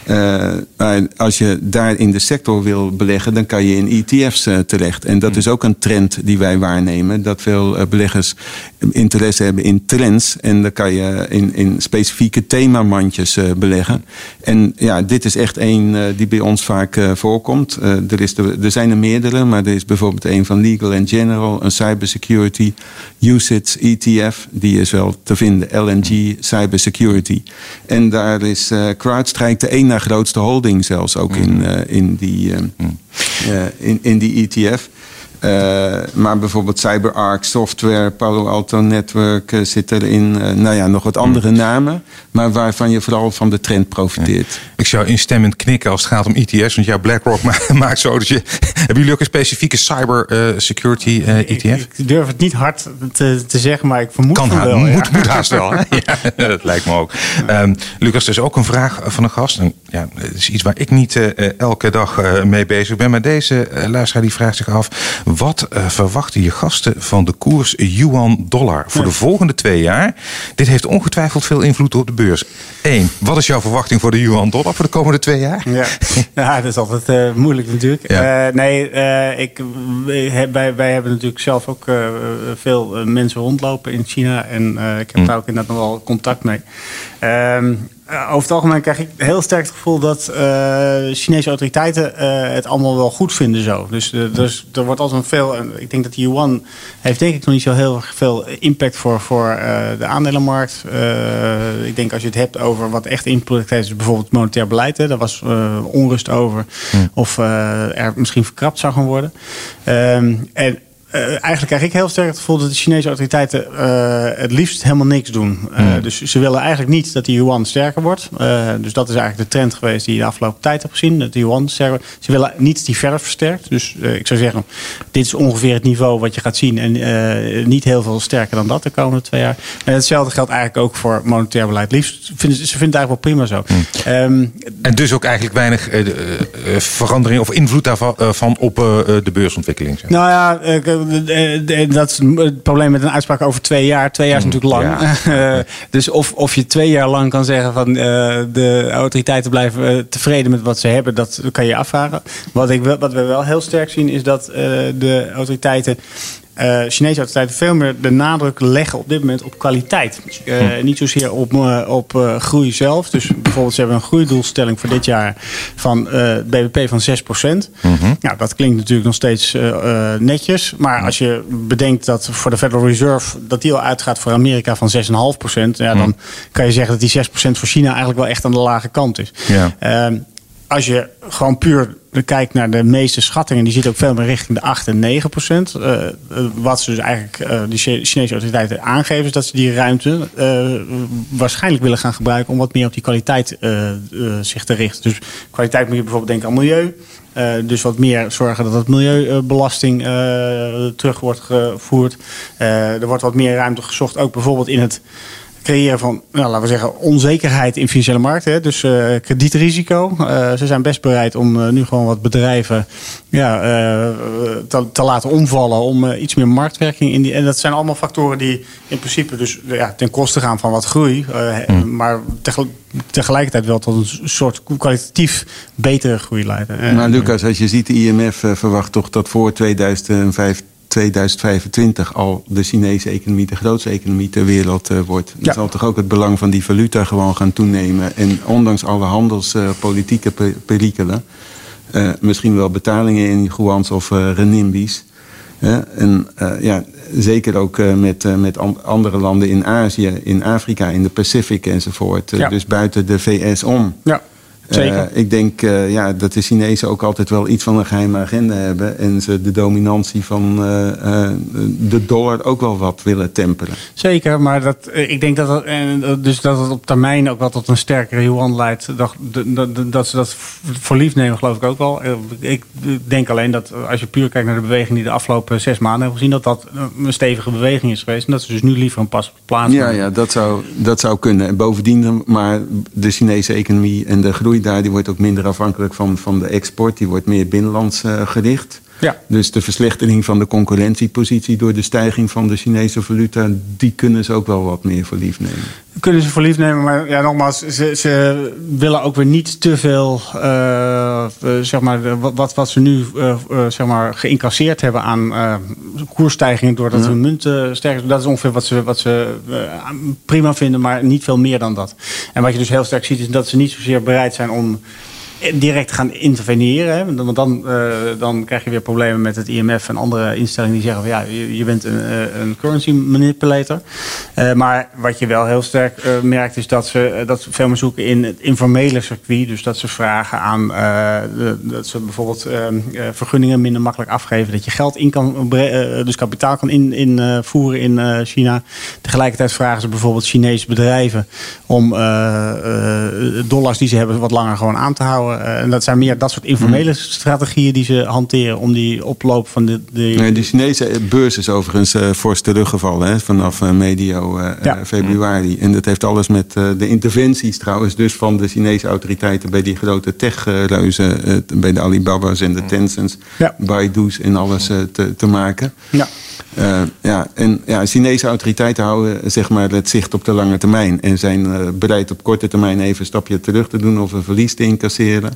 Uh, maar als je daar in de sector wil beleggen, dan kan je in E T F's uh, terecht. En dat is ook een trend die wij waarnemen. Dat veel uh, beleggers interesse hebben in trends. En dan kan je in, in specifieke themamandjes uh, beleggen. En ja, dit is echt een uh, die bij ons vaak uh, voorkomt. Uh, er, is de, er zijn er meerdere, maar er is bijvoorbeeld een van Legal and General, een cybersecurity, U C I T S E T F. Die is wel te vinden, L N G Cybersecurity. En daar is uh, CrowdStrike de één na grootste holding zelfs ook mm. in, uh, in, die, uh, mm. uh, in, in die E T F. Uh, maar bijvoorbeeld CyberArk Software, Palo Alto Network uh, zit erin. Uh, nou ja, nog wat andere hmm. namen. Maar waarvan je vooral van de trend profiteert. Ja. Ik zou instemmend knikken als het gaat om E T F's. Want ja, BlackRock ma- maakt zo. Dus je, hebben jullie ook een specifieke cyber uh, security uh, E T F? Ik, ik durf het niet hard te, te zeggen, maar ik vermoed kan van ha- wel. Moet, Ja. moet haast wel. Hè? Ja, dat lijkt me ook. Um, Lucas, er is ook een vraag van een gast. En, ja, het is iets waar ik niet uh, elke dag uh, mee bezig ben. Maar deze uh, luisteraar die vraagt zich af. Wat uh, verwachten je gasten van de koers yuan-dollar voor ja. de volgende twee jaar? Dit heeft ongetwijfeld veel invloed op de beurs. Eén, wat is jouw verwachting voor de yuan-dollar voor de komende twee jaar? Ja, ja dat is altijd uh, moeilijk natuurlijk. Ja. Uh, nee, uh, ik, wij, wij hebben natuurlijk zelf ook uh, veel uh, mensen rondlopen in China. En uh, ik heb hm. daar ook inderdaad nog wel contact mee. Um, Uh, over het algemeen krijg ik heel sterk het gevoel dat uh, Chinese autoriteiten uh, het allemaal wel goed vinden zo. Dus, uh, dus er wordt altijd veel. Uh, ik denk dat de yuan heeft denk ik nog niet zo heel veel impact voor, voor uh, de aandelenmarkt. Uh, ik denk als je het hebt over wat echt impact heeft, is bijvoorbeeld monetair beleid. Hè, daar was uh, onrust over hmm. of uh, er misschien verkrapt zou gaan worden. Um, en Uh, eigenlijk krijg ik heel sterk het gevoel dat de Chinese autoriteiten uh, het liefst helemaal niks doen. Uh, mm. Dus ze willen eigenlijk niet dat de yuan sterker wordt. Uh, dus dat is eigenlijk de trend geweest die je de afgelopen tijd hebt gezien. Dat de yuan sterker wordt. Ze willen niet dat die verder versterkt. Dus uh, ik zou zeggen, dit is ongeveer het niveau wat je gaat zien. En uh, niet heel veel sterker dan dat de komende twee jaar. En hetzelfde geldt eigenlijk ook voor monetair beleid. Liefst vinden ze, ze vinden het eigenlijk wel prima zo. Mm. Um, en dus ook eigenlijk weinig uh, uh, verandering of invloed daarvan uh, van op uh, de beursontwikkeling. Zeg. Nou ja, uh, dat is het probleem met een uitspraak over twee jaar. Twee jaar is natuurlijk lang. Ja. Uh, dus of, of je twee jaar lang kan zeggen van uh, de autoriteiten blijven uh, tevreden met wat ze hebben, dat kan je afvragen. Wat, ik, wat we wel heel sterk zien is dat uh, de autoriteiten Uh, Chinese autoriteiten veel meer de nadruk leggen op dit moment op kwaliteit. Uh, hm. Niet zozeer op, uh, op uh, groei zelf. Dus bijvoorbeeld ze hebben een groeidoelstelling voor dit jaar van uh, B B P van zes procent. Mm-hmm. Nou, dat klinkt natuurlijk nog steeds uh, uh, netjes. Maar als je bedenkt dat voor de Federal Reserve dat die al uitgaat voor Amerika van zes komma vijf procent. Ja, dan kan je zeggen dat die zes procent voor China eigenlijk wel echt aan de lage kant is. Ja. Uh, Als je gewoon puur kijkt naar de meeste schattingen, die zitten ook veel meer richting de acht en negen procent. Uh, wat ze dus eigenlijk uh, de Chinese autoriteiten aangeven, is dat ze die ruimte uh, waarschijnlijk willen gaan gebruiken om wat meer op die kwaliteit uh, uh, zich te richten. Dus kwaliteit moet je bijvoorbeeld denken aan milieu. Uh, dus wat meer zorgen dat het milieubelasting uh, terug wordt gevoerd. Uh, er wordt wat meer ruimte gezocht, ook bijvoorbeeld in het creëren van, nou, laten we zeggen, onzekerheid in financiële markten. Hè? Dus uh, kredietrisico. Uh, ze zijn best bereid om uh, nu gewoon wat bedrijven ja, uh, te, te laten omvallen om uh, iets meer marktwerking in die. En dat zijn allemaal factoren die in principe dus ja, ten koste gaan van wat groei. Uh, mm. Maar tegel, tegelijkertijd wel tot een soort kwalitatief betere groei leiden. Maar Lucas, als je ziet, de I M F uh, verwacht toch dat voor tweeduizend vijf tweeduizend vijfentwintig al de Chinese economie de grootste economie ter wereld uh, wordt. Dan ja. zal toch ook het belang van die valuta gewoon gaan toenemen. En ondanks alle handelspolitieke uh, perikelen, uh, misschien wel betalingen in yuans of uh, renminbi's. Uh, en uh, ja, zeker ook uh, met, uh, met an- andere landen in Azië, in Afrika, in de Pacific enzovoort. Uh, ja. Dus buiten de V S om. Ja. Zeker. Uh, ik denk uh, ja, dat de Chinezen ook altijd wel iets van een geheime agenda hebben. En ze de dominantie van uh, uh, de dollar ook wel wat willen temperen. Zeker, maar dat, ik denk dat het, dus dat het op termijn ook wel tot een sterkere yuan leidt. Dat, dat, dat ze dat voor lief nemen, geloof ik ook wel. Ik denk alleen dat als je puur kijkt naar de beweging die de afgelopen zes maanden hebben gezien, dat dat een stevige beweging is geweest. En dat ze dus nu liever een pas op de plaats ja, ja, dat zou, dat zou kunnen. En bovendien, maar de Chinese economie en de groei daar, die wordt ook minder afhankelijk van, van de export. Die wordt meer binnenlands uh, gericht. Ja. Dus de verslechtering van de concurrentiepositie door de stijging van de Chinese valuta, die kunnen ze ook wel wat meer voor lief nemen. Kunnen ze voor lief nemen, maar ja, nogmaals, ze, ze willen ook weer niet te veel, uh, zeg maar, wat, wat ze nu uh, uh, zeg maar, geïncasseerd hebben aan uh, koersstijgingen doordat ja. hun munt uh, sterk is. Dat is ongeveer wat ze, wat ze uh, prima vinden, maar niet veel meer dan dat. En wat je dus heel sterk ziet, is dat ze niet zozeer bereid zijn om direct gaan interveneren. Hè? Want dan, uh, dan krijg je weer problemen met het I M F en andere instellingen die zeggen van ja, je, je bent een, een currency manipulator. Uh, maar wat je wel heel sterk uh, merkt is dat ze, uh, dat ze veel meer zoeken in het informele circuit. Dus dat ze vragen aan uh, de, dat ze bijvoorbeeld uh, uh, vergunningen minder makkelijk afgeven. Dat je geld in kan, uh, dus kapitaal kan invoeren in, uh, in uh, China. Tegelijkertijd vragen ze bijvoorbeeld Chinese bedrijven om uh, uh, dollars die ze hebben wat langer gewoon aan te houden. Uh, en dat zijn meer dat soort informele strategieën die ze hanteren om die oploop van de... de... Nee, de Chinese beurs is overigens uh, fors teruggevallen hè, vanaf uh, medio uh, ja. februari. En dat heeft alles met uh, de interventies trouwens dus van de Chinese autoriteiten bij die grote tech-reuzen, uh, bij de Alibaba's en de Tencents, ja. Baidu's en alles uh, te, te maken. Ja. Uh, ja, en ja, Chinese autoriteiten houden zeg maar, het zicht op de lange termijn en zijn uh, bereid op korte termijn even een stapje terug te doen of een verlies te incasseren.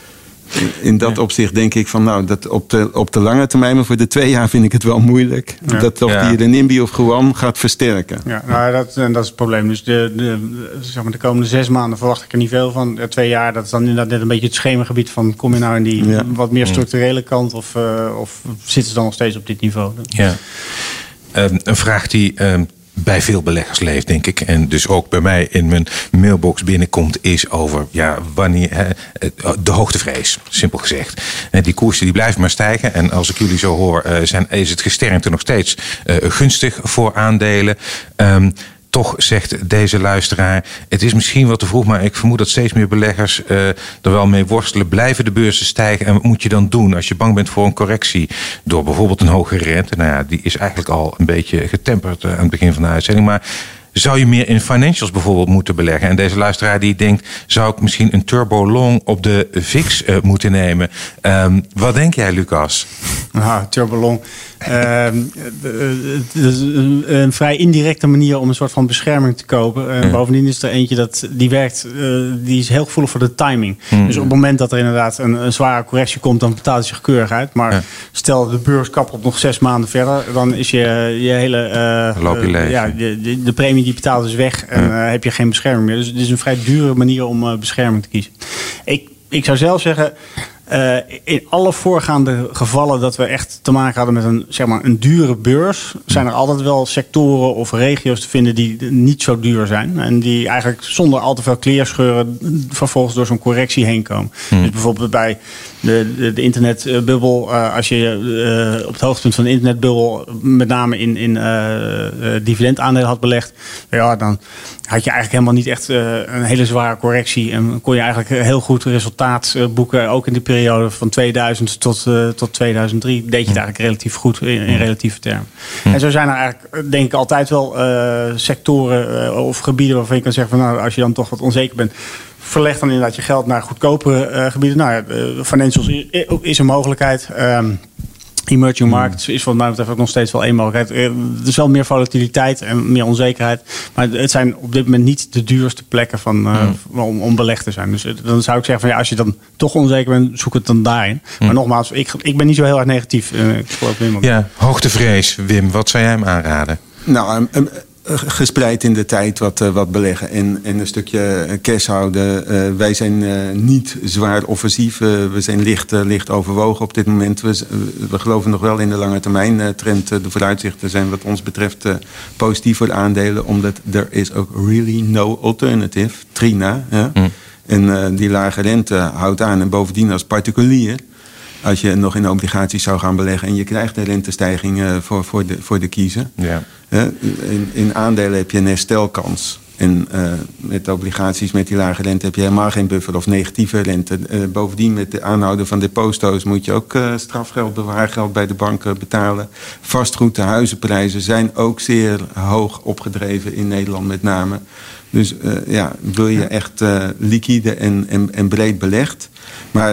In dat ja. opzicht denk ik van nou, dat op de, op de lange termijn, maar voor de twee jaar vind ik het wel moeilijk. Ja. Dat toch ja. die renminbi of yuan gaat versterken. Ja, nou, dat, en dat is het probleem. Dus de, de, zeg maar de komende zes maanden verwacht ik er niet veel van. Ja, twee jaar, dat is dan inderdaad net een beetje het schemergebied van kom je nou in die ja. wat meer structurele kant of, uh, of zitten ze dan nog steeds op dit niveau? Ja. Um, een vraag die Um... bij veel beleggers leeft, denk ik. En dus ook bij mij in mijn mailbox binnenkomt, is over ja, wanneer hè, de hoogtevrees, simpel gezegd. Die koersen die blijven maar stijgen. En als ik jullie zo hoor, zijn, is het gesternte nog steeds uh, gunstig voor aandelen. Um, Toch zegt deze luisteraar, het is misschien wat te vroeg, maar ik vermoed dat steeds meer beleggers uh, er wel mee worstelen. Blijven de beurzen stijgen en wat moet je dan doen als je bang bent voor een correctie door bijvoorbeeld een hogere rente? Nou ja, die is eigenlijk al een beetje getemperd uh, aan het begin van de uitzending. Maar zou je meer in financials bijvoorbeeld moeten beleggen? En deze luisteraar die denkt, zou ik misschien een turbo long op de V I X uh, moeten nemen? Um, wat denk jij, Lucas? Nou, turbo long. Uh, het is een, een vrij indirecte manier om een soort van bescherming te kopen. Uh, mm. Bovendien is er eentje dat die werkt, uh, die is heel gevoelig voor de timing. Mm. Dus op het moment dat er inderdaad een, een zware correctie komt, dan betaalt het zich keurig uit. Maar ja. stel de beurs kapt nog zes maanden verder, dan is je, je hele uh, loop je leeg. Uh, ja, de, de, de premie die betaalt is weg en uh, heb je geen bescherming meer. Dus het is een vrij dure manier om uh, bescherming te kiezen. Ik, ik zou zelf zeggen, Uh, in alle voorgaande gevallen dat we echt te maken hadden met een, zeg maar, een dure beurs, zijn er altijd wel sectoren of regio's te vinden die niet zo duur zijn. En die eigenlijk zonder al te veel kleerscheuren vervolgens door zo'n correctie heen komen. Hmm. Dus bijvoorbeeld bij de, de, de internetbubbel, uh, als je uh, op het hoogtepunt van de internetbubbel met name in, in uh, uh, dividendaandelen had belegd, ja, dan had je eigenlijk helemaal niet echt uh, een hele zware correctie. En kon je eigenlijk heel goed resultaat uh, boeken. Ook in de periode van tweeduizend tot, uh, tot tweeduizend drie deed je het eigenlijk relatief goed in, in relatieve termen. Hm. En zo zijn er eigenlijk, denk ik, altijd wel uh, sectoren uh, of gebieden waarvan je kan zeggen van nou, als je dan toch wat onzeker bent, verleg dan inderdaad je geld naar goedkopere uh, gebieden. Nou ja, uh, financials is, is een mogelijkheid. Um, Emerging markets is wat mij betreft ook nog steeds wel één mogelijkheid. Er is wel meer volatiliteit en meer onzekerheid. Maar het zijn op dit moment niet de duurste plekken van, uh, mm. om, om belegd te zijn. Dus dan zou ik zeggen van ja, als je dan toch onzeker bent, zoek het dan daarin. Mm. Maar nogmaals, ik, ik ben niet zo heel erg negatief. Uh, ik geloof Wim. Ja, hoogtevrees. Wim, wat zou jij hem aanraden? Nou, um, um, gespreid in de tijd wat, uh, wat beleggen en, en een stukje cash houden. Uh, wij zijn uh, niet zwaar offensief. Uh, we zijn licht, uh, licht overwogen op dit moment. We, uh, we geloven nog wel in de lange termijn uh, trend. Uh, de vooruitzichten zijn wat ons betreft uh, positief voor de aandelen. Omdat there is ook really no alternative. Trina. Ja? Mm. En uh, die lage rente houdt aan. En bovendien als particulier, als je nog in obligaties zou gaan beleggen en je krijgt een rentestijging uh, voor, voor, de, voor de kiezer. Ja. Uh, in, in aandelen heb je een herstelkans. En uh, met obligaties met die lage rente heb je helemaal geen buffer of negatieve rente. Uh, bovendien met de aanhouden van deposito's moet je ook uh, strafgeld, bewaargeld bij de banken betalen. Vastgoed, de huizenprijzen zijn ook zeer hoog opgedreven in Nederland met name. Dus uh, ja, wil je echt uh, liquide en, en, en breed belegd. Maar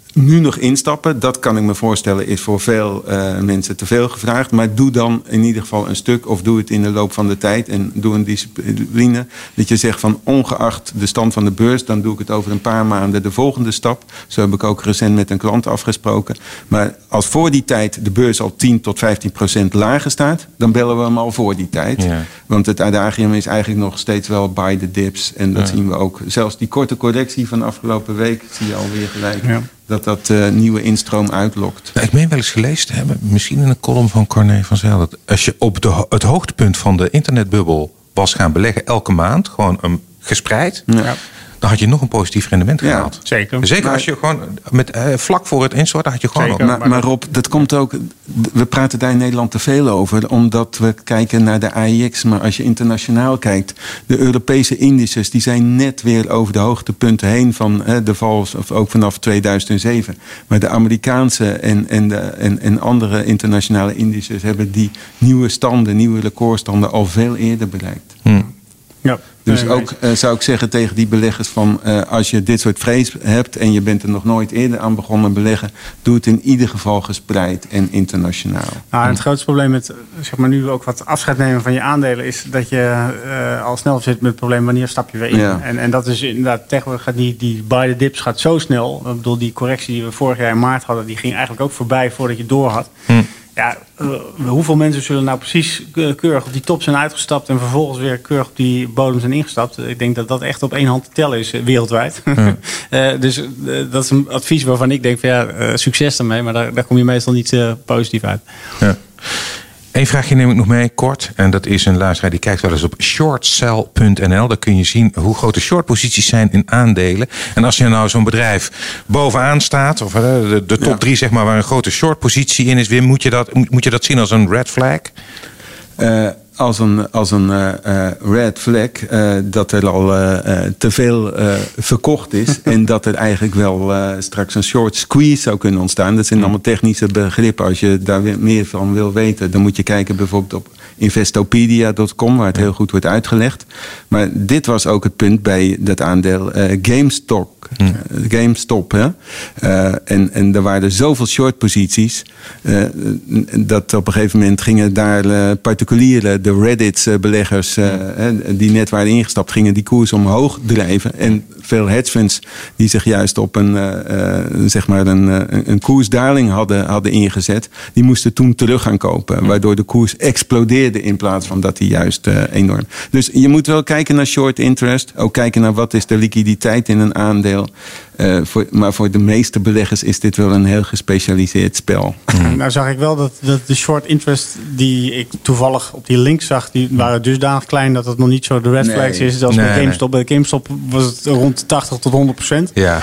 nu nog instappen, dat kan ik me voorstellen, is voor veel uh, mensen te veel gevraagd. Maar doe dan in ieder geval een stuk of doe het in de loop van de tijd. En doe een discipline. Dat je zegt van ongeacht de stand van de beurs, dan doe ik het over een paar maanden de volgende stap. Zo heb ik ook recent met een klant afgesproken. Maar als voor die tijd de beurs al tien tot vijftien procent lager staat, dan bellen we hem al voor die tijd. Ja. Want het adagium is eigenlijk nog steeds wel buy the dips. En dat ja. zien we ook. Zelfs die korte correctie van de afgelopen week zie je alweer gelijk. Ja. Dat dat uh, nieuwe instroom uitlokt. Nou, ik meen wel eens gelezen te hebben, misschien in een column van Corné van Zijl, dat als je op de, het hoogtepunt van de internetbubbel was gaan beleggen elke maand, gewoon um, gespreid, ja. dan had je nog een positief rendement ja, gehaald. Zeker. Zeker maar, als je gewoon met, uh, vlak voor het instorten had je gewoon... Zeker, maar, maar Rob, dat komt ook... We praten daar in Nederland te veel over, omdat we kijken naar de A I X. Maar als je internationaal kijkt, de Europese indices, die zijn net weer over de hoogtepunten heen van hè, de val, of ook vanaf tweeduizend zeven. Maar de Amerikaanse en, en, de, en, en andere internationale indices hebben die nieuwe standen, nieuwe recordstanden al veel eerder bereikt. Hmm. Ja. Dus ook uh, zou ik zeggen tegen die beleggers van uh, als je dit soort vrees hebt en je bent er nog nooit eerder aan begonnen beleggen, doe het in ieder geval gespreid en internationaal. Nou, het grootste probleem met zeg maar nu ook wat afscheid nemen van je aandelen is dat je uh, al snel zit met het probleem wanneer stap je weer in. Ja. En, en dat is inderdaad tegenwoordig gaat die, die buy the dips gaat zo snel. Ik bedoel, die correctie die we vorig jaar in maart hadden, die ging eigenlijk ook voorbij voordat je door had. Hm. Ja, uh, hoeveel mensen zullen nou precies keurig op die top zijn uitgestapt en vervolgens weer keurig op die bodem zijn ingestapt? Ik denk dat dat echt op één hand te tellen is, uh, wereldwijd. Ja. uh, dus uh, dat is een advies waarvan ik denk van ja, uh, succes daarmee, maar daar, daar kom je meestal niet uh, positief uit. Ja. Eén vraagje neem ik nog mee, kort. En dat is een luisteraar die kijkt wel eens op shortsell punt n l. Daar kun je zien hoe groot de shortposities zijn in aandelen. En als je nou zo'n bedrijf bovenaan staat, of de, de top ja. drie zeg maar, waar een grote shortpositie in is, Wim, moet je dat, moet je dat zien als een red flag? Uh, als een, als een uh, uh, red flag uh, dat er al uh, uh, te veel uh, verkocht is en dat er eigenlijk wel uh, straks een short squeeze zou kunnen ontstaan. Dat zijn allemaal technische begrippen. Als je daar meer van wil weten, dan moet je kijken bijvoorbeeld op investopedia punt com, waar het heel goed wordt uitgelegd. Maar dit was ook het punt bij dat aandeel uh, GameStop. Uh, GameStop, hè? Uh, en, en er waren zoveel shortposities uh, dat op een gegeven moment gingen daar uh, particuliere, de Reddit-beleggers uh, die net waren ingestapt, gingen die koers omhoog drijven. En veel hedge funds die zich juist op een, uh, zeg maar een, een, een koersdaling hadden, hadden ingezet, die moesten toen terug gaan kopen. Waardoor de koers explodeerde in plaats van dat die juist uh, enorm. Dus je moet wel kijken naar short interest. Ook kijken naar wat is de liquiditeit in een aandeel. Uh, voor, maar voor de meeste beleggers is dit wel een heel gespecialiseerd spel. Mm. Nou zag ik wel dat, dat de short interest die ik toevallig op die link zag, die waren dusdanig klein dat het nog niet zo de red flags nee. is. Als nee, bij GameStop. Nee. Bij GameStop was het rond tachtig tot honderd procent. Ja.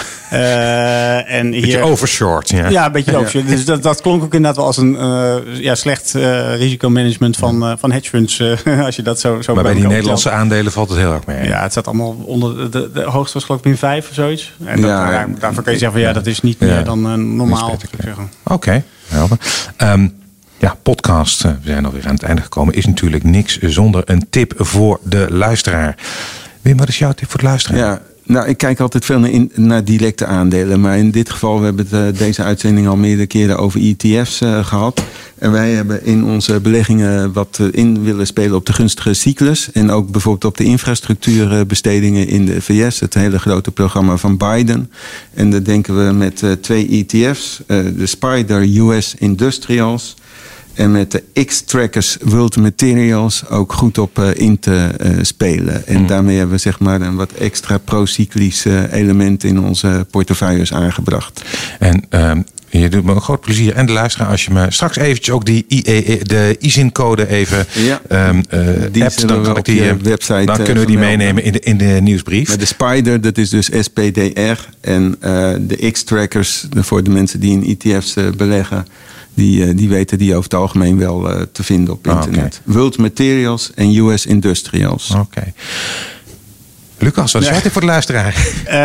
Uh, en hier, beetje overshort. Ja, ja een beetje overshort. Dus dat, dat klonk ook inderdaad wel als een uh, ja, slecht uh, risicomanagement van, uh, van hedge funds. Uh, als je dat zo, zo maar bij die Nederlandse aandelen valt het heel erg mee. Ja, het staat allemaal onder de, de hoogste was geloof ik min vijf of zoiets. En dat, ja, ja, daarvoor kan je zeggen van ja, dat is niet meer ja, dan uh, normaal. Oké, okay, helder. Um, ja, podcast, we zijn alweer aan het einde gekomen, is natuurlijk niks zonder een tip voor de luisteraar. Wim, wat is jouw tip voor de luisteraar? Ja. Nou, ik kijk altijd veel naar, in, naar directe aandelen. Maar in dit geval, we hebben het, uh, deze uitzending al meerdere keren over E T F's uh, gehad. En wij hebben in onze beleggingen wat uh, in willen spelen op de gunstige cyclus. En ook bijvoorbeeld op de infrastructuurbestedingen in de V S. Het hele grote programma van Biden. En daar denken we met uh, twee E T F's. Uh, de Spider U S Industrials. En met de X-Trackers World Materials ook goed op uh, in te uh, spelen. En mm. daarmee hebben we zeg maar een wat extra pro-cyclisch uh, element in onze portefeuilles aangebracht. En um, je doet me een groot plezier en de luisteraar als je me straks eventjes ook die I E, de I S I N-code even ja. um, uh, die appt, dan, kan ik die, website, dan kunnen we die meenemen in de, in de nieuwsbrief. Met de Spider, dat is dus S P D R. En uh, de X-Trackers, voor de mensen die in E T F's uh, beleggen, Die, die weten die over het algemeen wel uh, te vinden op internet. Oh, okay. World Materials en U S Industrials. Oké. Okay. Lucas, wat is jij ja. voor de luisteraar? Uh,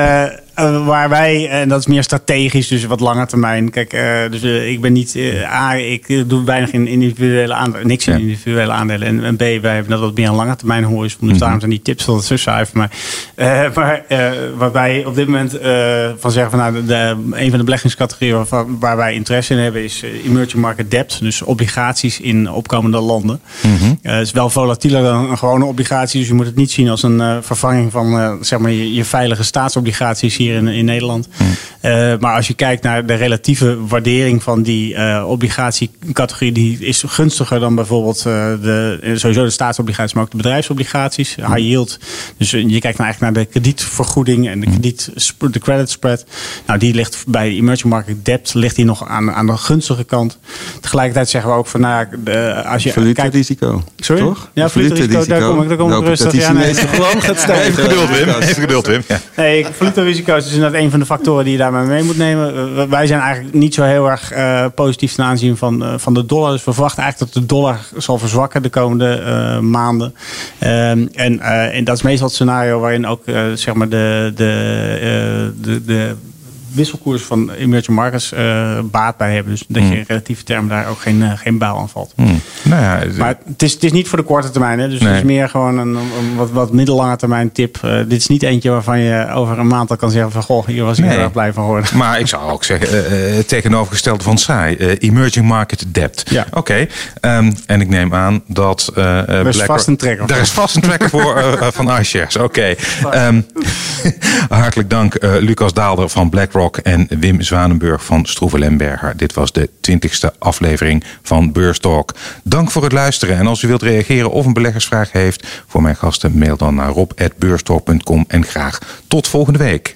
uh, waar wij, en dat is meer strategisch, dus wat langer termijn. Kijk, uh, dus uh, ik ben niet, uh, A, ik doe weinig in individuele aandelen, niks in ja. individuele aandelen. En, en B, wij hebben dat wat meer een lange termijn horizon. Dus mm-hmm. daarom zijn die tips altijd zo saai voor mij. Uh, maar uh, waar wij op dit moment uh, van zeggen van nou, de, de, een van de beleggingscategorieën waar, waar wij interesse in hebben is uh, emerging market debt, dus obligaties in opkomende landen. Mm-hmm. Uh, het is wel volatieler dan een gewone obligatie, dus je moet het niet zien als een uh, vervanging van uh, zeg maar je, je veilige staatsobligaties hier in, in Nederland. Mm. Uh, maar als je kijkt naar de relatieve waardering van die uh, obligatiecategorie, die is gunstiger dan bijvoorbeeld uh, de, sowieso de staatsobligaties, maar ook de bedrijfsobligaties, mm. high yield. Dus uh, je kijkt nou eigenlijk naar de kredietvergoeding en de, krediet, de credit spread. Nou, die ligt bij emerging market debt ligt die nog aan, aan de gunstige kant. Tegelijkertijd zeggen we ook van nou, de, als je kijkt, risico. Sorry? Toch? Ja, valutarisico, daar kom ik, daar kom ik rustig. Ja, nee. gaat stijgen. Even geduld, Wim. Even geduld, Wim. Ja. Nee, valutarisico is dus inderdaad een van de factoren die je daarmee mee moet nemen. Wij zijn eigenlijk niet zo heel erg uh, positief ten aanzien van, uh, van de dollar. Dus we verwachten eigenlijk dat de dollar zal verzwakken de komende uh, maanden. Um, en, uh, en dat is meestal het scenario waarin ook uh, zeg maar de, de, uh, de, de wisselkoers van emerging markets uh, baat bij hebben. Dus dat je in relatieve termen daar ook geen, uh, geen buil aan valt. Hmm. Nou ja, het, maar het is, het is niet voor de korte termijn. Hè? Dus nee. Het is meer gewoon een, een wat, wat middellange termijn tip. Uh, dit is niet eentje waarvan je over een maand al kan zeggen van goh, hier was ik nee. heel erg blij van geworden. Maar ik zou ook zeggen, uh, het tegenovergestelde van saai. Uh, emerging market debt. Ja. Oké. Okay. Um, en ik neem aan dat Uh, uh, er is Black vast een trekker. Daar is vast een trekker voor uh, uh, van iShares. Oké. Okay. Um, hartelijk dank uh, Lucas Daalder van BlackRock en Wim Zwanenburg van Stroeven Lemberger. Dit was de twintigste aflevering van Beurs Talk. Dank voor het luisteren. En als u wilt reageren of een beleggersvraag heeft voor mijn gasten, mail dan naar rob at beurstalk punt com en graag tot volgende week.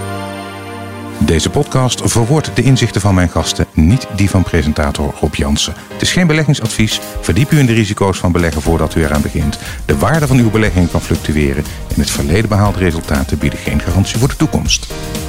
Deze podcast verwoordt de inzichten van mijn gasten, niet die van presentator Rob Jansen. Het is geen beleggingsadvies. Verdiep u in de risico's van beleggen voordat u eraan begint. De waarde van uw belegging kan fluctueren. In het verleden behaalde resultaten bieden geen garantie voor de toekomst.